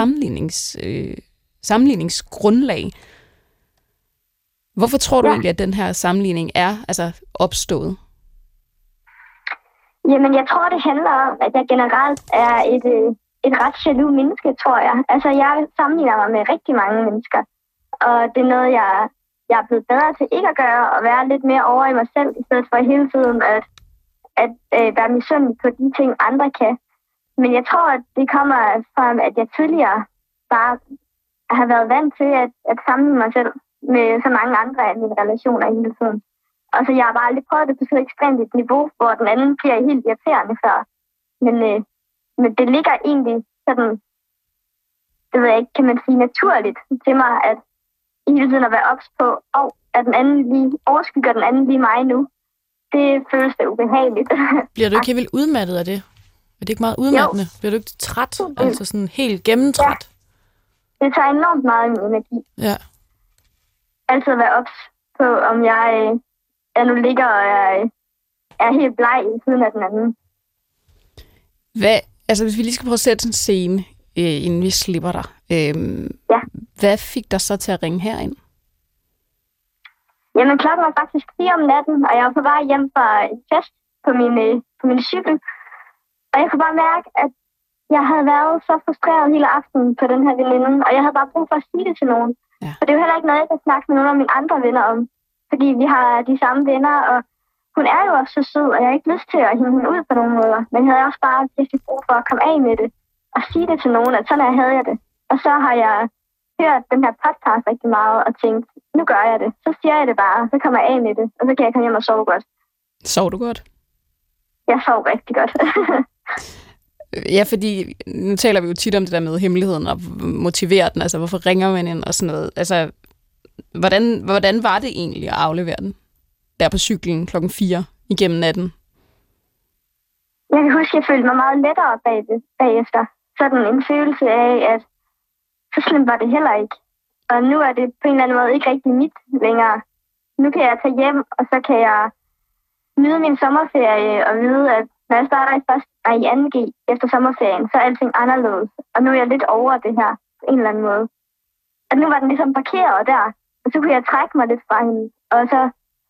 sammenligningsgrundlag. Hvorfor tror du egentlig, at den her sammenligning er opstået? Jamen, jeg tror, det handler om, at jeg generelt er et ret jaloux menneske, tror jeg. Altså, jeg sammenligner mig med rigtig mange mennesker. Og det er noget, jeg er blevet bedre til ikke at gøre, og være lidt mere over i mig selv, i stedet for hele tiden at være misundelig på de ting, andre kan. Men jeg tror, at det kommer fra, at jeg tidligere bare har været vant til at sammenligne mig selv med så mange andre af mine relationer hele tiden. Og så jeg har bare aldrig prøvet det på så ekstremt et niveau, hvor den anden bliver helt irriterende før. Men det ligger egentlig sådan, det ved jeg ikke, kan man sige, naturligt til mig, at hele tiden at være ops på, at den anden lige overskygger den anden lige mig nu. Det føles da ubehageligt. Bliver du ikke helt vildt udmattet af det? Er det ikke meget udmattende? Jo. Bliver du ikke træt? Altså sådan helt gennemtræt? Ja. Det tager enormt meget af min energi. Ja. Altså at være ops på, om jeg nu ligger og er helt bleg i siden af den anden. Hvis vi lige skal prøve at sætte en scene, inden vi slipper dig. Hvad fik dig så til at ringe herind? Jamen, klokken var faktisk 4 om natten, og jeg var på vej hjem fra en fest på min cykel. Og jeg kunne bare mærke, at jeg havde været så frustreret hele aftenen på den her veninde, og jeg havde bare brug for at sige det til nogen. Ja. For det er jo heller ikke noget, jeg kan snakke med nogle af mine andre venner om, fordi vi har de samme venner, og hun er jo også så sød, og jeg har ikke lyst til at hænge hende ud på nogen måder. Men jeg havde også bare virkelig brug for at komme af med det, og sige det til nogen, at sådan her havde jeg det. Og så har jeg hørt den her podcast rigtig meget, og tænkt, nu gør jeg det. Så siger jeg det bare, så kommer jeg af med det, og så kan jeg komme hjem og sove godt. Sov du godt? Jeg sov rigtig godt. Ja, fordi nu taler vi jo tit om det der med hemmeligheden og motivere den, altså hvorfor ringer man ind og sådan noget. Altså, hvordan var det egentlig at aflevere den der på cyklen 4:00 igennem natten? Jeg kan huske, at jeg følte mig meget lettere bagefter. Sådan en følelse af, at så slemt var det heller ikke. Og nu er det på en eller anden måde ikke rigtig mit længere. Nu kan jeg tage hjem, og så kan jeg nyde min sommerferie og vide, at når jeg starter i 2G efter sommerferien, så er alting anderledes. Og nu er jeg lidt over det her på en eller anden måde. At nu var den ligesom parkeret der, og så kunne jeg trække mig lidt fra hende. Og så,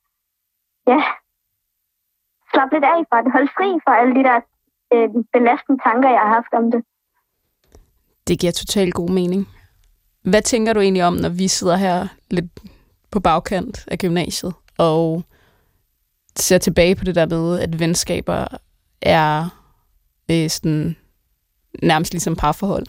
slappe lidt af fra det. Holde fri fra alle de der belastende tanker, jeg har haft om det. Det giver totalt god mening. Hvad tænker du egentlig om, når vi sidder her lidt på bagkant af gymnasiet, og ser tilbage på det der med, at venskaber er sådan nærmest ligesom parforhold?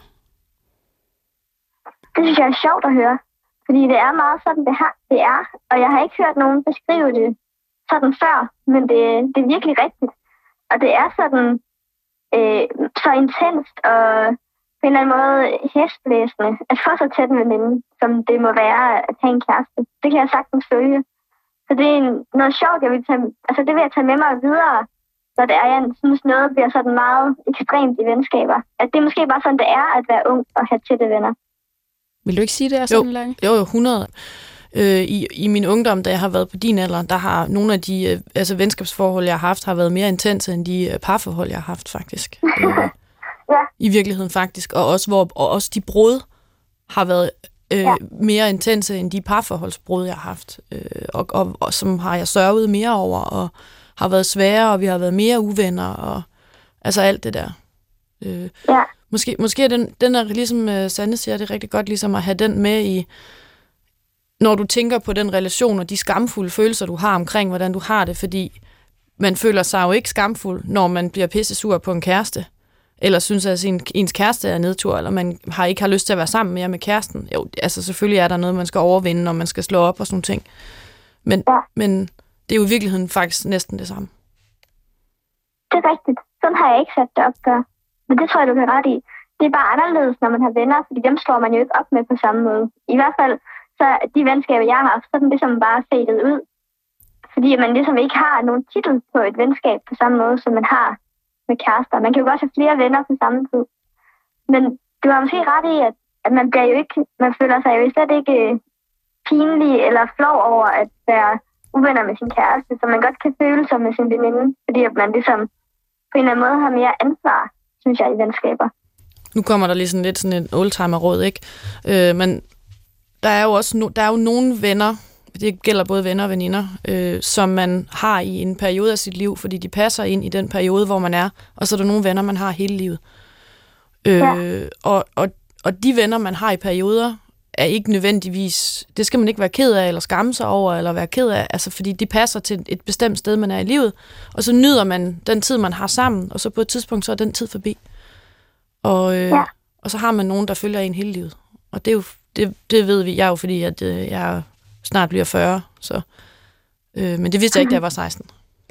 Det synes jeg er sjovt at høre, fordi det er meget sådan, det er. Og jeg har ikke hørt nogen beskrive det sådan før, men det er virkelig rigtigt. Og det er sådan så intenst og på en eller anden måde hestblæsende at få så tæt med veninde, som det må være at have en kæreste. Det kan jeg sagtens følge. Så det er noget sjovt, det vil jeg tage med mig videre, når det er, jeg synes noget bliver sådan meget ekstremt i venskaber. At det er måske bare sådan, det er at være ung og have tætte venner. Vil du ikke sige det er sådan langt? Jo, 100. I min ungdom, da jeg har været på din alder, der har nogle af de venskabsforhold, jeg har haft, har været mere intense end de parforhold, jeg har haft, faktisk. I virkeligheden faktisk. Og også de brud har været mere intense end de parforholdsbrud, jeg har haft. Og som har jeg sørget mere over, og har været svære, og vi har været mere uvenner, og altså alt det der. Måske er den er, ligesom Sanne siger, det er rigtig godt ligesom at have den med i, når du tænker på den relation og de skamfulde følelser, du har omkring, hvordan du har det, fordi man føler sig jo ikke skamfuld, når man bliver pissesur på en kæreste, eller synes, at ens kæreste er nedtur, eller man ikke har lyst til at være sammen mere med kæresten. Jo, altså selvfølgelig er der noget, man skal overvinde, når man skal slå op og sådan nogle ting. Men det er jo i virkeligheden faktisk næsten det samme. Det er rigtigt. Sådan har jeg ikke sat det op før. Men det tror jeg, du kan ret i. Det er bare anderledes, når man har venner, fordi dem slår man jo ikke op med på samme måde. I hvert fald, så de venskaber, jeg har haft, så er den ligesom bare fadet ud. Fordi man ligesom ikke har nogen titel på et venskab på samme måde, som man har med kærester. Man kan jo godt have flere venner på samme tid. Men du har måske ret i, at man føler sig jo slet ikke pinlig eller flov over at være uvenner med sin kæreste, så man godt kan føle sig med sin veninde, fordi at man ligesom på en eller anden måde har mere ansvar, synes jeg, i venskaber. Nu kommer der lige sådan lidt sådan et oldtimer-råd, ikke? Men der er jo også der er jo nogle venner, det gælder både venner og veninder, som man har i en periode af sit liv, fordi de passer ind i den periode, hvor man er, og så er der nogle venner, man har hele livet. Og de venner, man har i perioder, er ikke nødvendigvis, det skal man ikke være ked af, eller skamme sig over, eller være ked af, altså fordi de passer til et bestemt sted, man er i livet, og så nyder man den tid, man har sammen, og så på et tidspunkt, så er den tid forbi. Og så har man nogen, der følger en hele livet. Og det er jo, det ved vi, jeg er jo fordi, at jeg snart bliver 40, så. Men det vidste jeg ikke, da jeg var 16.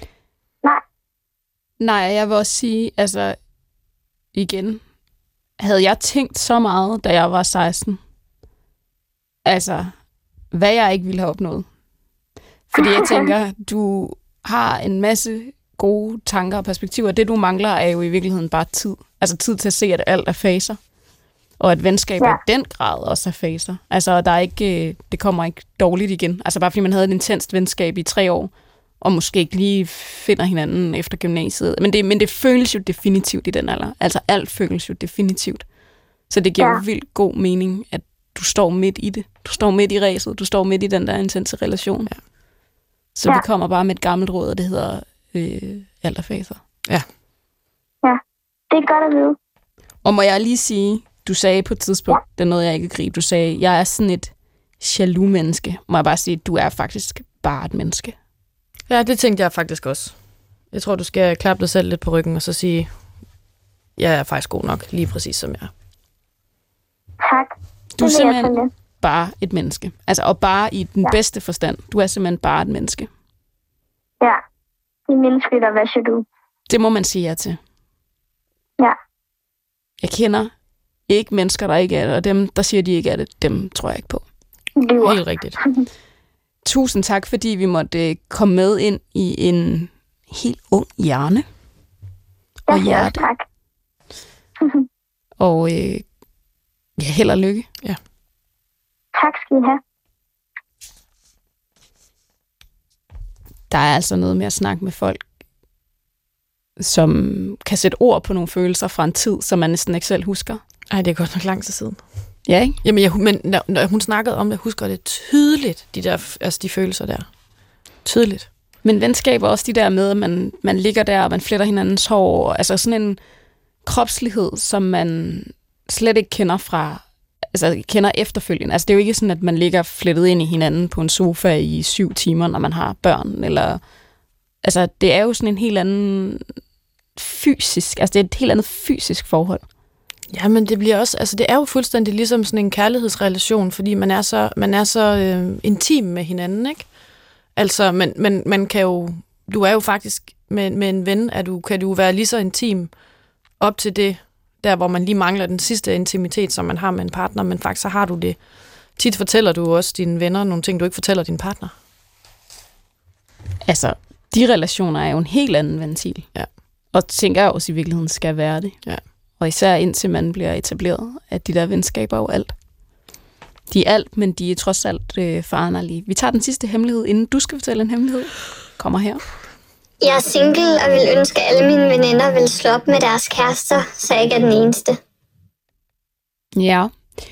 Nej, jeg vil også sige, altså igen, havde jeg tænkt så meget, da jeg var 16, altså, hvad jeg ikke ville have opnået. Fordi jeg tænker, du har en masse gode tanker og perspektiver. Det, du mangler, er jo i virkeligheden bare tid. Altså tid til at se, at alt er faser. Og at venskaber i den grad også er faser. Altså, der er ikke, det kommer ikke dårligt igen. Altså, bare fordi man havde et intenst venskab i 3 år, og måske ikke lige finder hinanden efter gymnasiet. Men det føles jo definitivt i den alder. Altså, alt føles jo definitivt. Så det giver jo vildt god mening, at du står midt i det. Du står midt i ræset. Du står midt i den der intense relation. Ja. Så vi kommer bare med et gammelt råd, og det hedder alderfaser. Ja. Ja, det er godt at vide. Og må jeg lige sige, du sagde på et tidspunkt, det er noget, jeg ikke kan gribe, du sagde, jeg er sådan et jaloux menneske. Må jeg bare sige, du er faktisk bare et menneske. Ja, det tænkte jeg faktisk også. Jeg tror, du skal klappe dig selv lidt på ryggen, og så sige, jeg er faktisk god nok, lige præcis som jeg er. Tak. Du er simpelthen bare et menneske. Altså, og bare i den bedste forstand. Du er simpelthen bare et menneske. Ja, det er menneskeligt at være jaloux. Det må man sige ja til. Ja. Jeg kender ikke mennesker, der ikke er det, og dem, der siger, de ikke er det, dem tror jeg ikke på. Helt rigtigt. Tusind tak, fordi vi måtte komme med ind i en helt ung hjerne. Og hjerte. Tak. Og held og lykke. Ja. Tak skal I have. Der er altså noget med at snakke med folk, som kan sætte ord på nogle følelser fra en tid, som man næsten ikke selv husker. Ej, det er godt nok lang tid siden. Ja, ikke? Jamen, men når hun snakkede om det, husker det tydeligt, de følelser der. Tydeligt. Men venskaber også de der med, at man ligger der, og man fletter hinandens hår. Altså sådan en kropslighed, som man slet ikke kender fra, altså kender efterfølgende. Altså det er jo ikke sådan, at man ligger flettet ind i hinanden på en sofa i 7 timer, når man har børn. Eller, altså det er jo sådan en helt anden fysisk, altså det er et helt andet fysisk forhold. Ja, men det bliver også, altså det er jo fuldstændig ligesom sådan en kærlighedsrelation, fordi man er så intim med hinanden, ikke? Altså, men man kan jo, du er jo faktisk med en ven, kan du være lige så intim op til det, der hvor man lige mangler den sidste intimitet, som man har med en partner, men faktisk så har du det. Tit fortæller du også dine venner nogle ting, du ikke fortæller din partner. Altså, de relationer er jo en helt anden ventil. Ja. Og tænker jeg også i virkeligheden skal være det. Ja. Og især indtil man bliver etableret, at de der venskaber er jo alt. De er alt, men de er trods alt foranderlige. Vi tager den sidste hemmelighed, inden du skal fortælle en hemmelighed. Kommer her. Jeg er single og vil ønske, at alle mine veninder vil slå op med deres kærester, så jeg ikke er den eneste. Ja.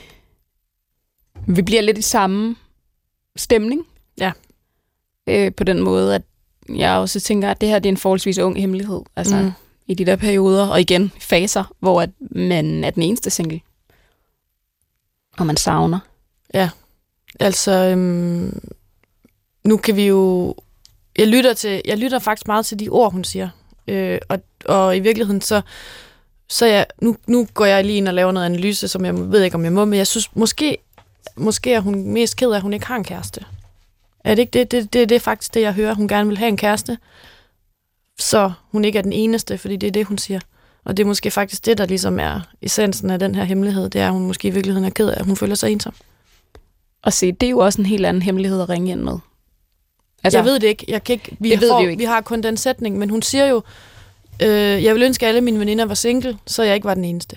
Vi bliver lidt i samme stemning. Ja. På den måde, at jeg også tænker, at det her det er en forholdsvis ung hemmelighed. Altså i de der perioder, og igen faser, hvor at man er den eneste single. Og man savner. Ja. Altså, nu kan vi jo... Jeg lytter faktisk meget til de ord, hun siger. Og i virkeligheden, så nu går jeg lige ind og laver noget analyse, som jeg ved ikke, om jeg må, men jeg synes, måske er hun mest ked af, at hun ikke har en kæreste. Er det ikke det? Det er faktisk det, jeg hører. Hun gerne vil have en kæreste, så hun ikke er den eneste, fordi det er det, hun siger. Og det er måske faktisk det, der ligesom er essensen af den her hemmelighed. Det er, at hun måske i virkeligheden er ked af, at hun føler sig ensom. Og se, det er jo også en helt anden hemmelighed at ringe ind med. Altså, jeg ved det ikke. Vi har kun den sætning, men hun siger jo, jeg vil ønske, at alle mine veninder var single, så jeg ikke var den eneste.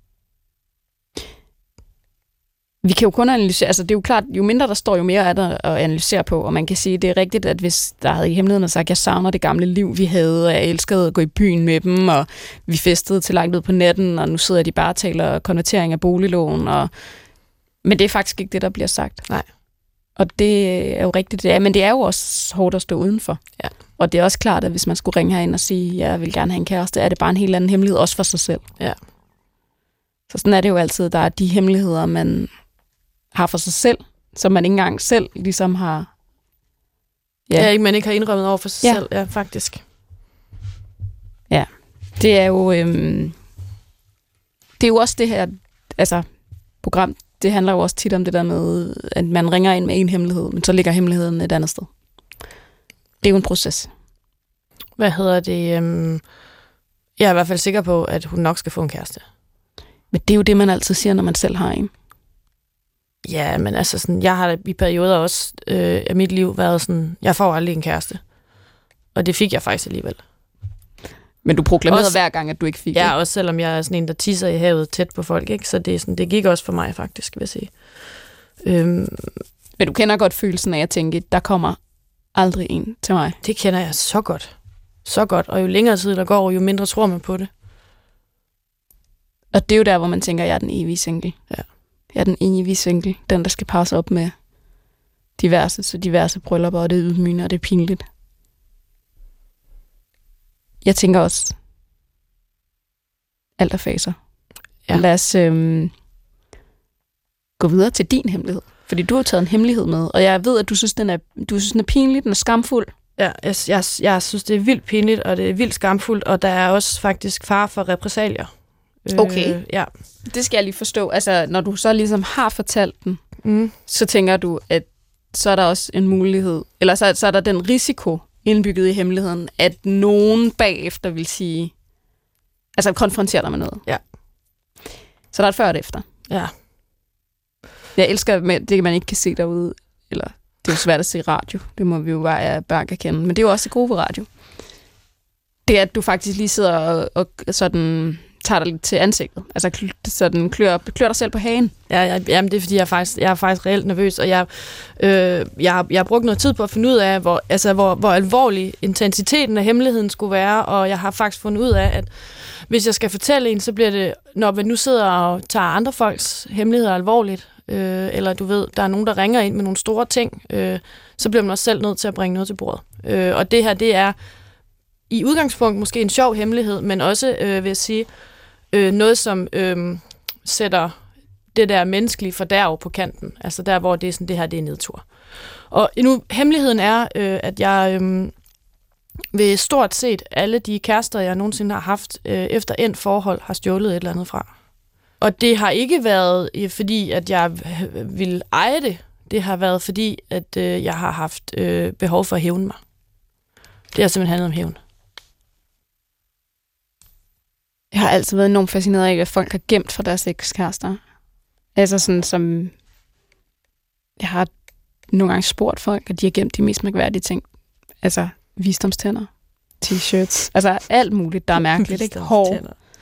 Vi kan jo kun analysere, altså det er jo klart, jo mindre der står, jo mere er der at analysere på, og man kan sige, det er rigtigt, at hvis der havde i hemmeligheden sagt, jeg savner det gamle liv, vi havde, og jeg elskede at gå i byen med dem, og vi festede til langt ud på natten, og nu sidder de bare og taler konvertering af boliglån, men det er faktisk ikke det, der bliver sagt. Nej. Og det er jo rigtigt, det er, men det er jo også hårdt at stå udenfor. Ja. Og det er også klart, at hvis man skulle ringe herind og sige, jeg vil gerne have en kæreste, er det bare en helt anden hemmelighed, også for sig selv. Ja. Så sådan er det jo altid, der er de hemmeligheder, man har for sig selv, som man ikke engang selv ligesom har... Ja, man ikke har indrømmet over for sig selv, ja, faktisk. Ja, det er jo... det er jo også det her, altså, program, det handler jo også tit om det der med, at man ringer ind med en hemmelighed, men så ligger hemmeligheden et andet sted. Det er jo en proces. Hvad hedder det? Jeg er i hvert fald sikker på, at hun nok skal få en kæreste. Men det er jo det, man altid siger, når man selv har en. Ja, men altså sådan, jeg har i perioder også af mit liv været sådan, jeg får aldrig en kæreste. Og det fik jeg faktisk alligevel. Men du proklamerede også, hver gang, at du ikke fik det? Ja, også selvom jeg er sådan en, der tisser i havet tæt på folk, ikke? Så det, er sådan, det gik også for mig faktisk, vil jeg sige. Men du kender godt følelsen af at tænke, der kommer aldrig en til mig. Det kender jeg så godt. Så godt. Og jo længere tid der går, jo mindre tror man på det. Og det er jo der, hvor man tænker, at jeg er den evige single. Ja. Jeg er den evige single. Den, der skal passe op med diverse bryllupper, og det er ydmygende, og det er pinligt. Jeg tænker også, alt er faser. Ja. Lad os gå videre til din hemmelighed. Fordi du har taget en hemmelighed med, og jeg ved, at du synes, den er pinlig, den er skamfuld. Ja, jeg synes, det er vildt pinligt, og det er vildt skamfuldt, og der er også faktisk fare for repressalier. Okay. Ja. Det skal jeg lige forstå. Altså, når du så ligesom har fortalt den, så tænker du, at så er der også en mulighed, eller så er der den risiko indbygget i hemmeligheden, at nogen bagefter vil sige, altså konfrontere dig med noget. Ja. Så der er et før og et efter. Ja. Jeg elsker, det man ikke kan se derude, eller det er jo svært at se radio, det må vi jo bare erkende, men det er jo også det gode ved radio. Det er, at du faktisk lige sidder og sådan tager dig lidt til ansigtet, altså sådan klør dig selv på hagen. Ja, jamen det er, fordi jeg er faktisk reelt nervøs, og jeg har brugt noget tid på at finde ud af, hvor alvorlig intensiteten af hemmeligheden skulle være, og jeg har faktisk fundet ud af, at hvis jeg skal fortælle en, så bliver det, når vi nu sidder og tager andre folks hemmeligheder alvorligt, eller du ved, der er nogen, der ringer ind med nogle store ting, så bliver man også selv nødt til at bringe noget til bordet. Og det her, det er i udgangspunkt måske en sjov hemmelighed, men også, vil jeg sige, noget, som sætter det der menneskelige fordærv på kanten. Altså der, hvor det er sådan, det her, det er nedtur. Og nu, hemmeligheden er, at jeg ved stort set alle de kærester, jeg nogensinde har haft, efter endt forhold, har stjålet et eller andet fra. Og det har ikke været, fordi at jeg vil eje det. Det har været, fordi at jeg har haft behov for at hævne mig. Det har simpelthen handlet om hævn. Jeg har altid været enormt fascineret af, hvad folk har gemt fra deres ekskærester. Altså sådan som... Jeg har nogle gange spurgt folk, at de har gemt de mest mærkværdige ting. Altså visdomstænder, t-shirts, altså alt muligt, der er mærkeligt, ikke? Hår.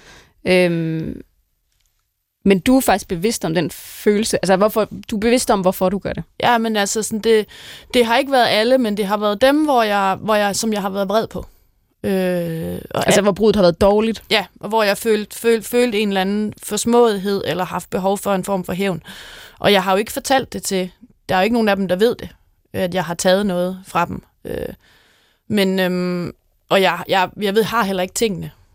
Men du er faktisk bevidst om den følelse. Altså, du er bevidst om, hvorfor du gør det. Ja, men altså, sådan, det har ikke været alle, men det har været dem, som jeg har været vred på. Altså, hvor bruddet har været dårligt? Ja, og hvor jeg følte en eller anden forsmåethed, eller haft behov for en form for hævn. Og jeg har jo ikke fortalt det til... Der er jo ikke nogen af dem, der ved det, at jeg har taget noget fra dem. Og jeg ved, har heller ikke tingene.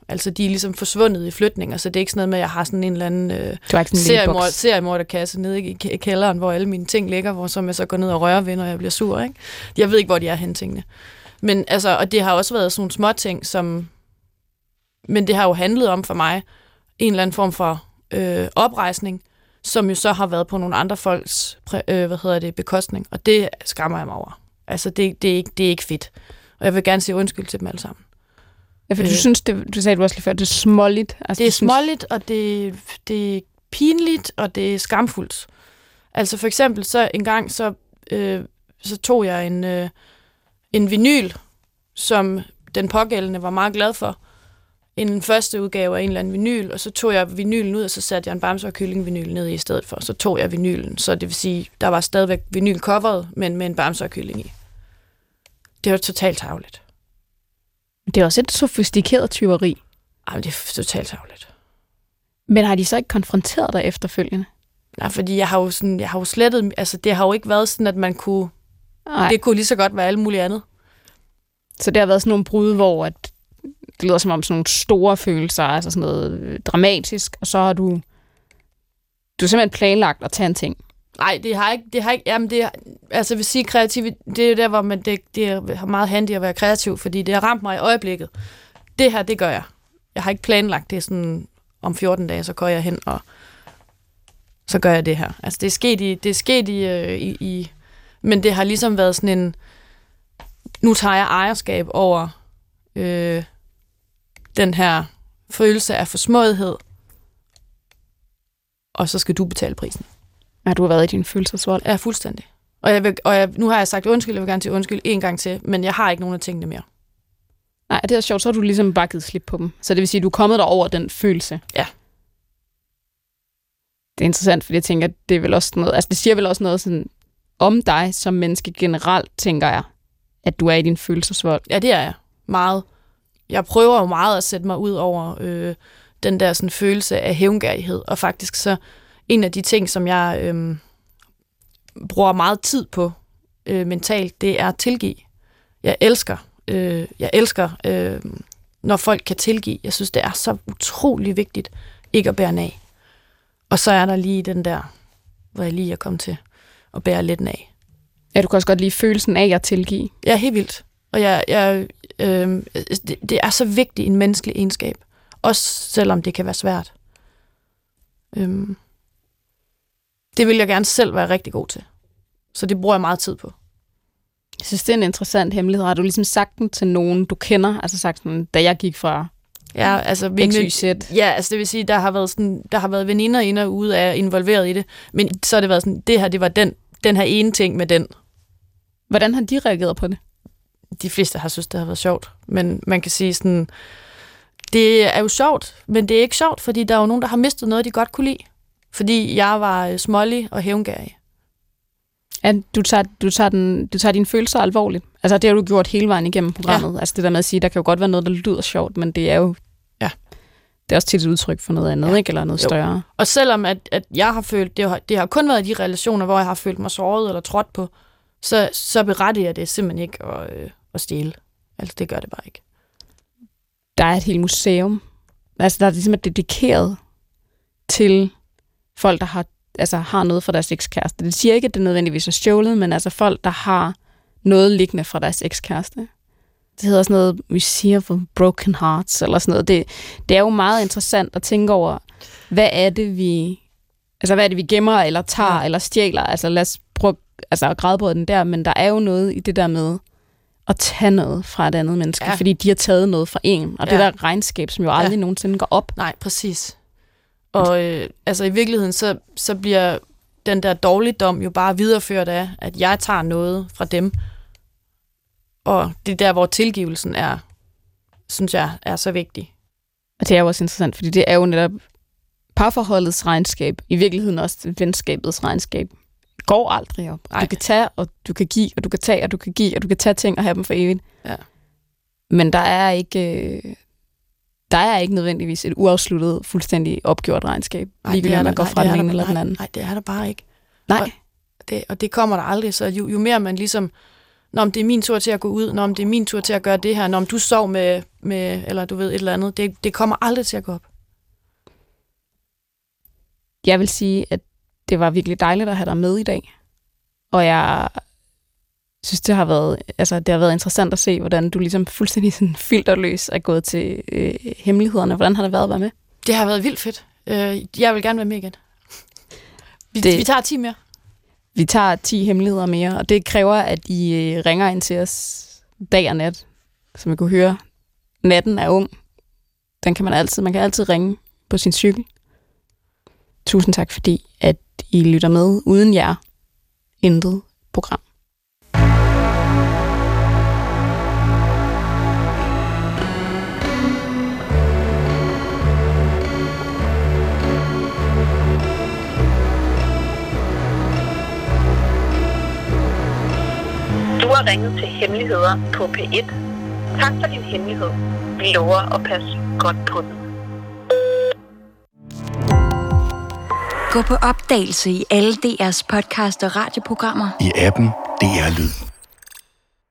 Altså, de er ligesom forsvundet i flytninger, så det er ikke sådan noget med, at jeg har sådan en eller anden seriemorderkasse nede i kælderen, hvor alle mine ting ligger, som jeg så går ned og rører ved, når jeg bliver sur, ikke? Jeg ved ikke, hvor de er hen, tingene. Men altså, og det har også været sådan nogle små ting, men det har jo handlet om for mig en eller anden form for oprejsning, som jo så har været på nogle andre folks bekostning, og det skammer jeg mig over. Altså, det er ikke fedt. Og jeg vil gerne sige undskyld til dem alle sammen. Ja, for du synes, du sagde du også lige før, det er småligt. Altså, det er småligt, og det er pinligt, og det er skamfuldt. Altså for eksempel, så en gang, så tog jeg en vinyl, som den pågældende var meget glad for. En første udgave af en eller anden vinyl, og så tog jeg vinylen ud, og så satte jeg en Bamse og Kylling-vinyl ned i stedet for. Så tog jeg vinylen, så det vil sige, der var stadigvæk vinyl-coveret, men med en Bamse og Kylling i. Det var totalt tarveligt. Det er også et sofistikeret tyveri. Jamen, det er totalt tarveligt. Men har de så ikke konfronteret dig efterfølgende? Nej, fordi jeg har jo slettet, altså det har jo ikke været sådan, at man kunne, det kunne lige så godt være alt muligt andet. Så det har været sådan nogle brud, hvor at det lyder som om sådan nogle store følelser, altså sådan noget dramatisk, og så har du simpelthen planlagt at tage en ting. Nej, det har ikke, jamen det, altså jeg vil sige kreativ, det er jo der, hvor man, det er meget handy at være kreativ, fordi det har ramt mig i øjeblikket. Det her, det gør jeg. Jeg har ikke planlagt det sådan, om 14 dage, så går jeg hen, og så gør jeg det her. Altså det er sket i men det har ligesom været sådan en, nu tager jeg ejerskab over den her følelse af forsmåethed, og så skal du betale prisen. Ja, du har været i din følelsesvold. Ja, fuldstændig. Nu har jeg sagt undskyld, jeg vil gerne sige undskyld en gang til, men jeg har ikke nogen af tingene mere. Nej, det er sjovt, så har du ligesom bare givet slip på dem. Så det vil sige, at du er kommet der over den følelse. Ja. Det er interessant, fordi jeg tænker, at det er vel også noget, altså det siger vel også noget sådan om dig som menneske generelt, tænker jeg, at du er i din følelsesvold. Ja, det er jeg. Meget. Jeg prøver jo meget at sætte mig ud over den der sådan følelse af hævngærighed, og faktisk så en af de ting, som jeg bruger meget tid på mentalt, det er at tilgive. Jeg elsker, når folk kan tilgive. Jeg synes, det er så utrolig vigtigt ikke at bære af. Og så er der lige den der, hvor jeg lige er kommet til at bære lidt af. Ja, du kan også godt lide følelsen af at tilgive. Ja, helt vildt. Og det er så vigtigt en menneskelig egenskab. Også selvom det kan være svært. Det vil jeg gerne selv være rigtig god til. Så det bruger jeg meget tid på. Jeg synes, det er en interessant hemmelighed. Har du ligesom sagt den til nogen, du kender? Altså sagt sådan, da jeg gik fra XYZ? Ja, altså det vil sige, der har været veninder inde og ude af involveret i det. Men så har det været sådan, det her, det var den her ene ting med den. Hvordan har de reageret på det? De fleste har synes, det har været sjovt. Men man kan sige sådan, det er jo sjovt, men det er ikke sjovt, fordi der er jo nogen, der har mistet noget, de godt kunne lide. Fordi jeg var smålig og hævngærig. Ja, du tager dine følelser alvorligt. Altså det har du gjort hele vejen igennem programmet. Ja. Altså det der med at sige, der kan jo godt være noget, der lyder sjovt, men det er jo det er også tit et udtryk for noget andet, ikke? Eller noget større. Og selvom at jeg har følt, det har kun været de relationer, hvor jeg har følt mig såret eller trådt på, så berettiger jeg det simpelthen ikke at stjæle. Altså det gør det bare ikke. Der er et helt museum. Altså der er ligesom dedikeret til folk, der har noget fra deres ekskæreste. Det siger ikke, at det nødvendigvis er stjålet, men altså folk, der har noget liggende fra deres ekskæreste. Det hedder sådan noget Museum of Broken Hearts, eller sådan noget. Det er jo meget interessant at tænke over, hvad er det, vi gemmer, eller tager, eller stjæler. Altså lad os prøve at græde den der, men der er jo noget i det der med at tage noget fra et andet menneske, fordi de har taget noget fra en. Og det der regnskab, som jo aldrig nogensinde går op. Nej, præcis. Og altså i virkeligheden, så bliver den der dårligdom jo bare videreført af, at jeg tager noget fra dem. Og det er der, hvor tilgivelsen er, synes jeg, er så vigtig. Og det er jo også interessant, fordi det er jo netop parforholdets regnskab, i virkeligheden også venskabets regnskab, går aldrig op. Du kan tage, og du kan give, og du kan tage, og du kan give, og du kan tage ting og have dem for evigt. Ja. Men der er ikke nødvendigvis et uafsluttet, fuldstændig opgjort regnskab. Ligegyldigt, man går fra den ene eller den anden. Nej, det er der bare ikke. Nej. Og det kommer der aldrig. Så jo mere man ligesom Nå, om det er min tur til at gå ud, nå, om det er min tur til at gøre det her, nå, om du sov med eller du ved, et eller andet. Det kommer aldrig til at gå op. Jeg vil sige, at det var virkelig dejligt at have dig med i dag. Og jeg synes, det har været interessant at se, hvordan du ligesom fuldstændig sådan filterløs er gået til hemmelighederne. Hvordan har det været at være med? Det har været vildt fedt. Jeg vil gerne være med igen. Vi tager 10 mere. Vi tager 10 hemmeligheder mere, og det kræver, at I ringer ind til os dag og nat. Som I kunne høre, natten er ung. Man kan altid ringe på sin cykel. Tusind tak, fordi at I lytter med. Uden jer, intet program. Du har ringet til Hemmeligheder på P1. Tak for din hemmelighed. Vi lover at passe godt på den. Gå på opdagelse i alle DR's podcast og radioprogrammer. I appen DR Lyd.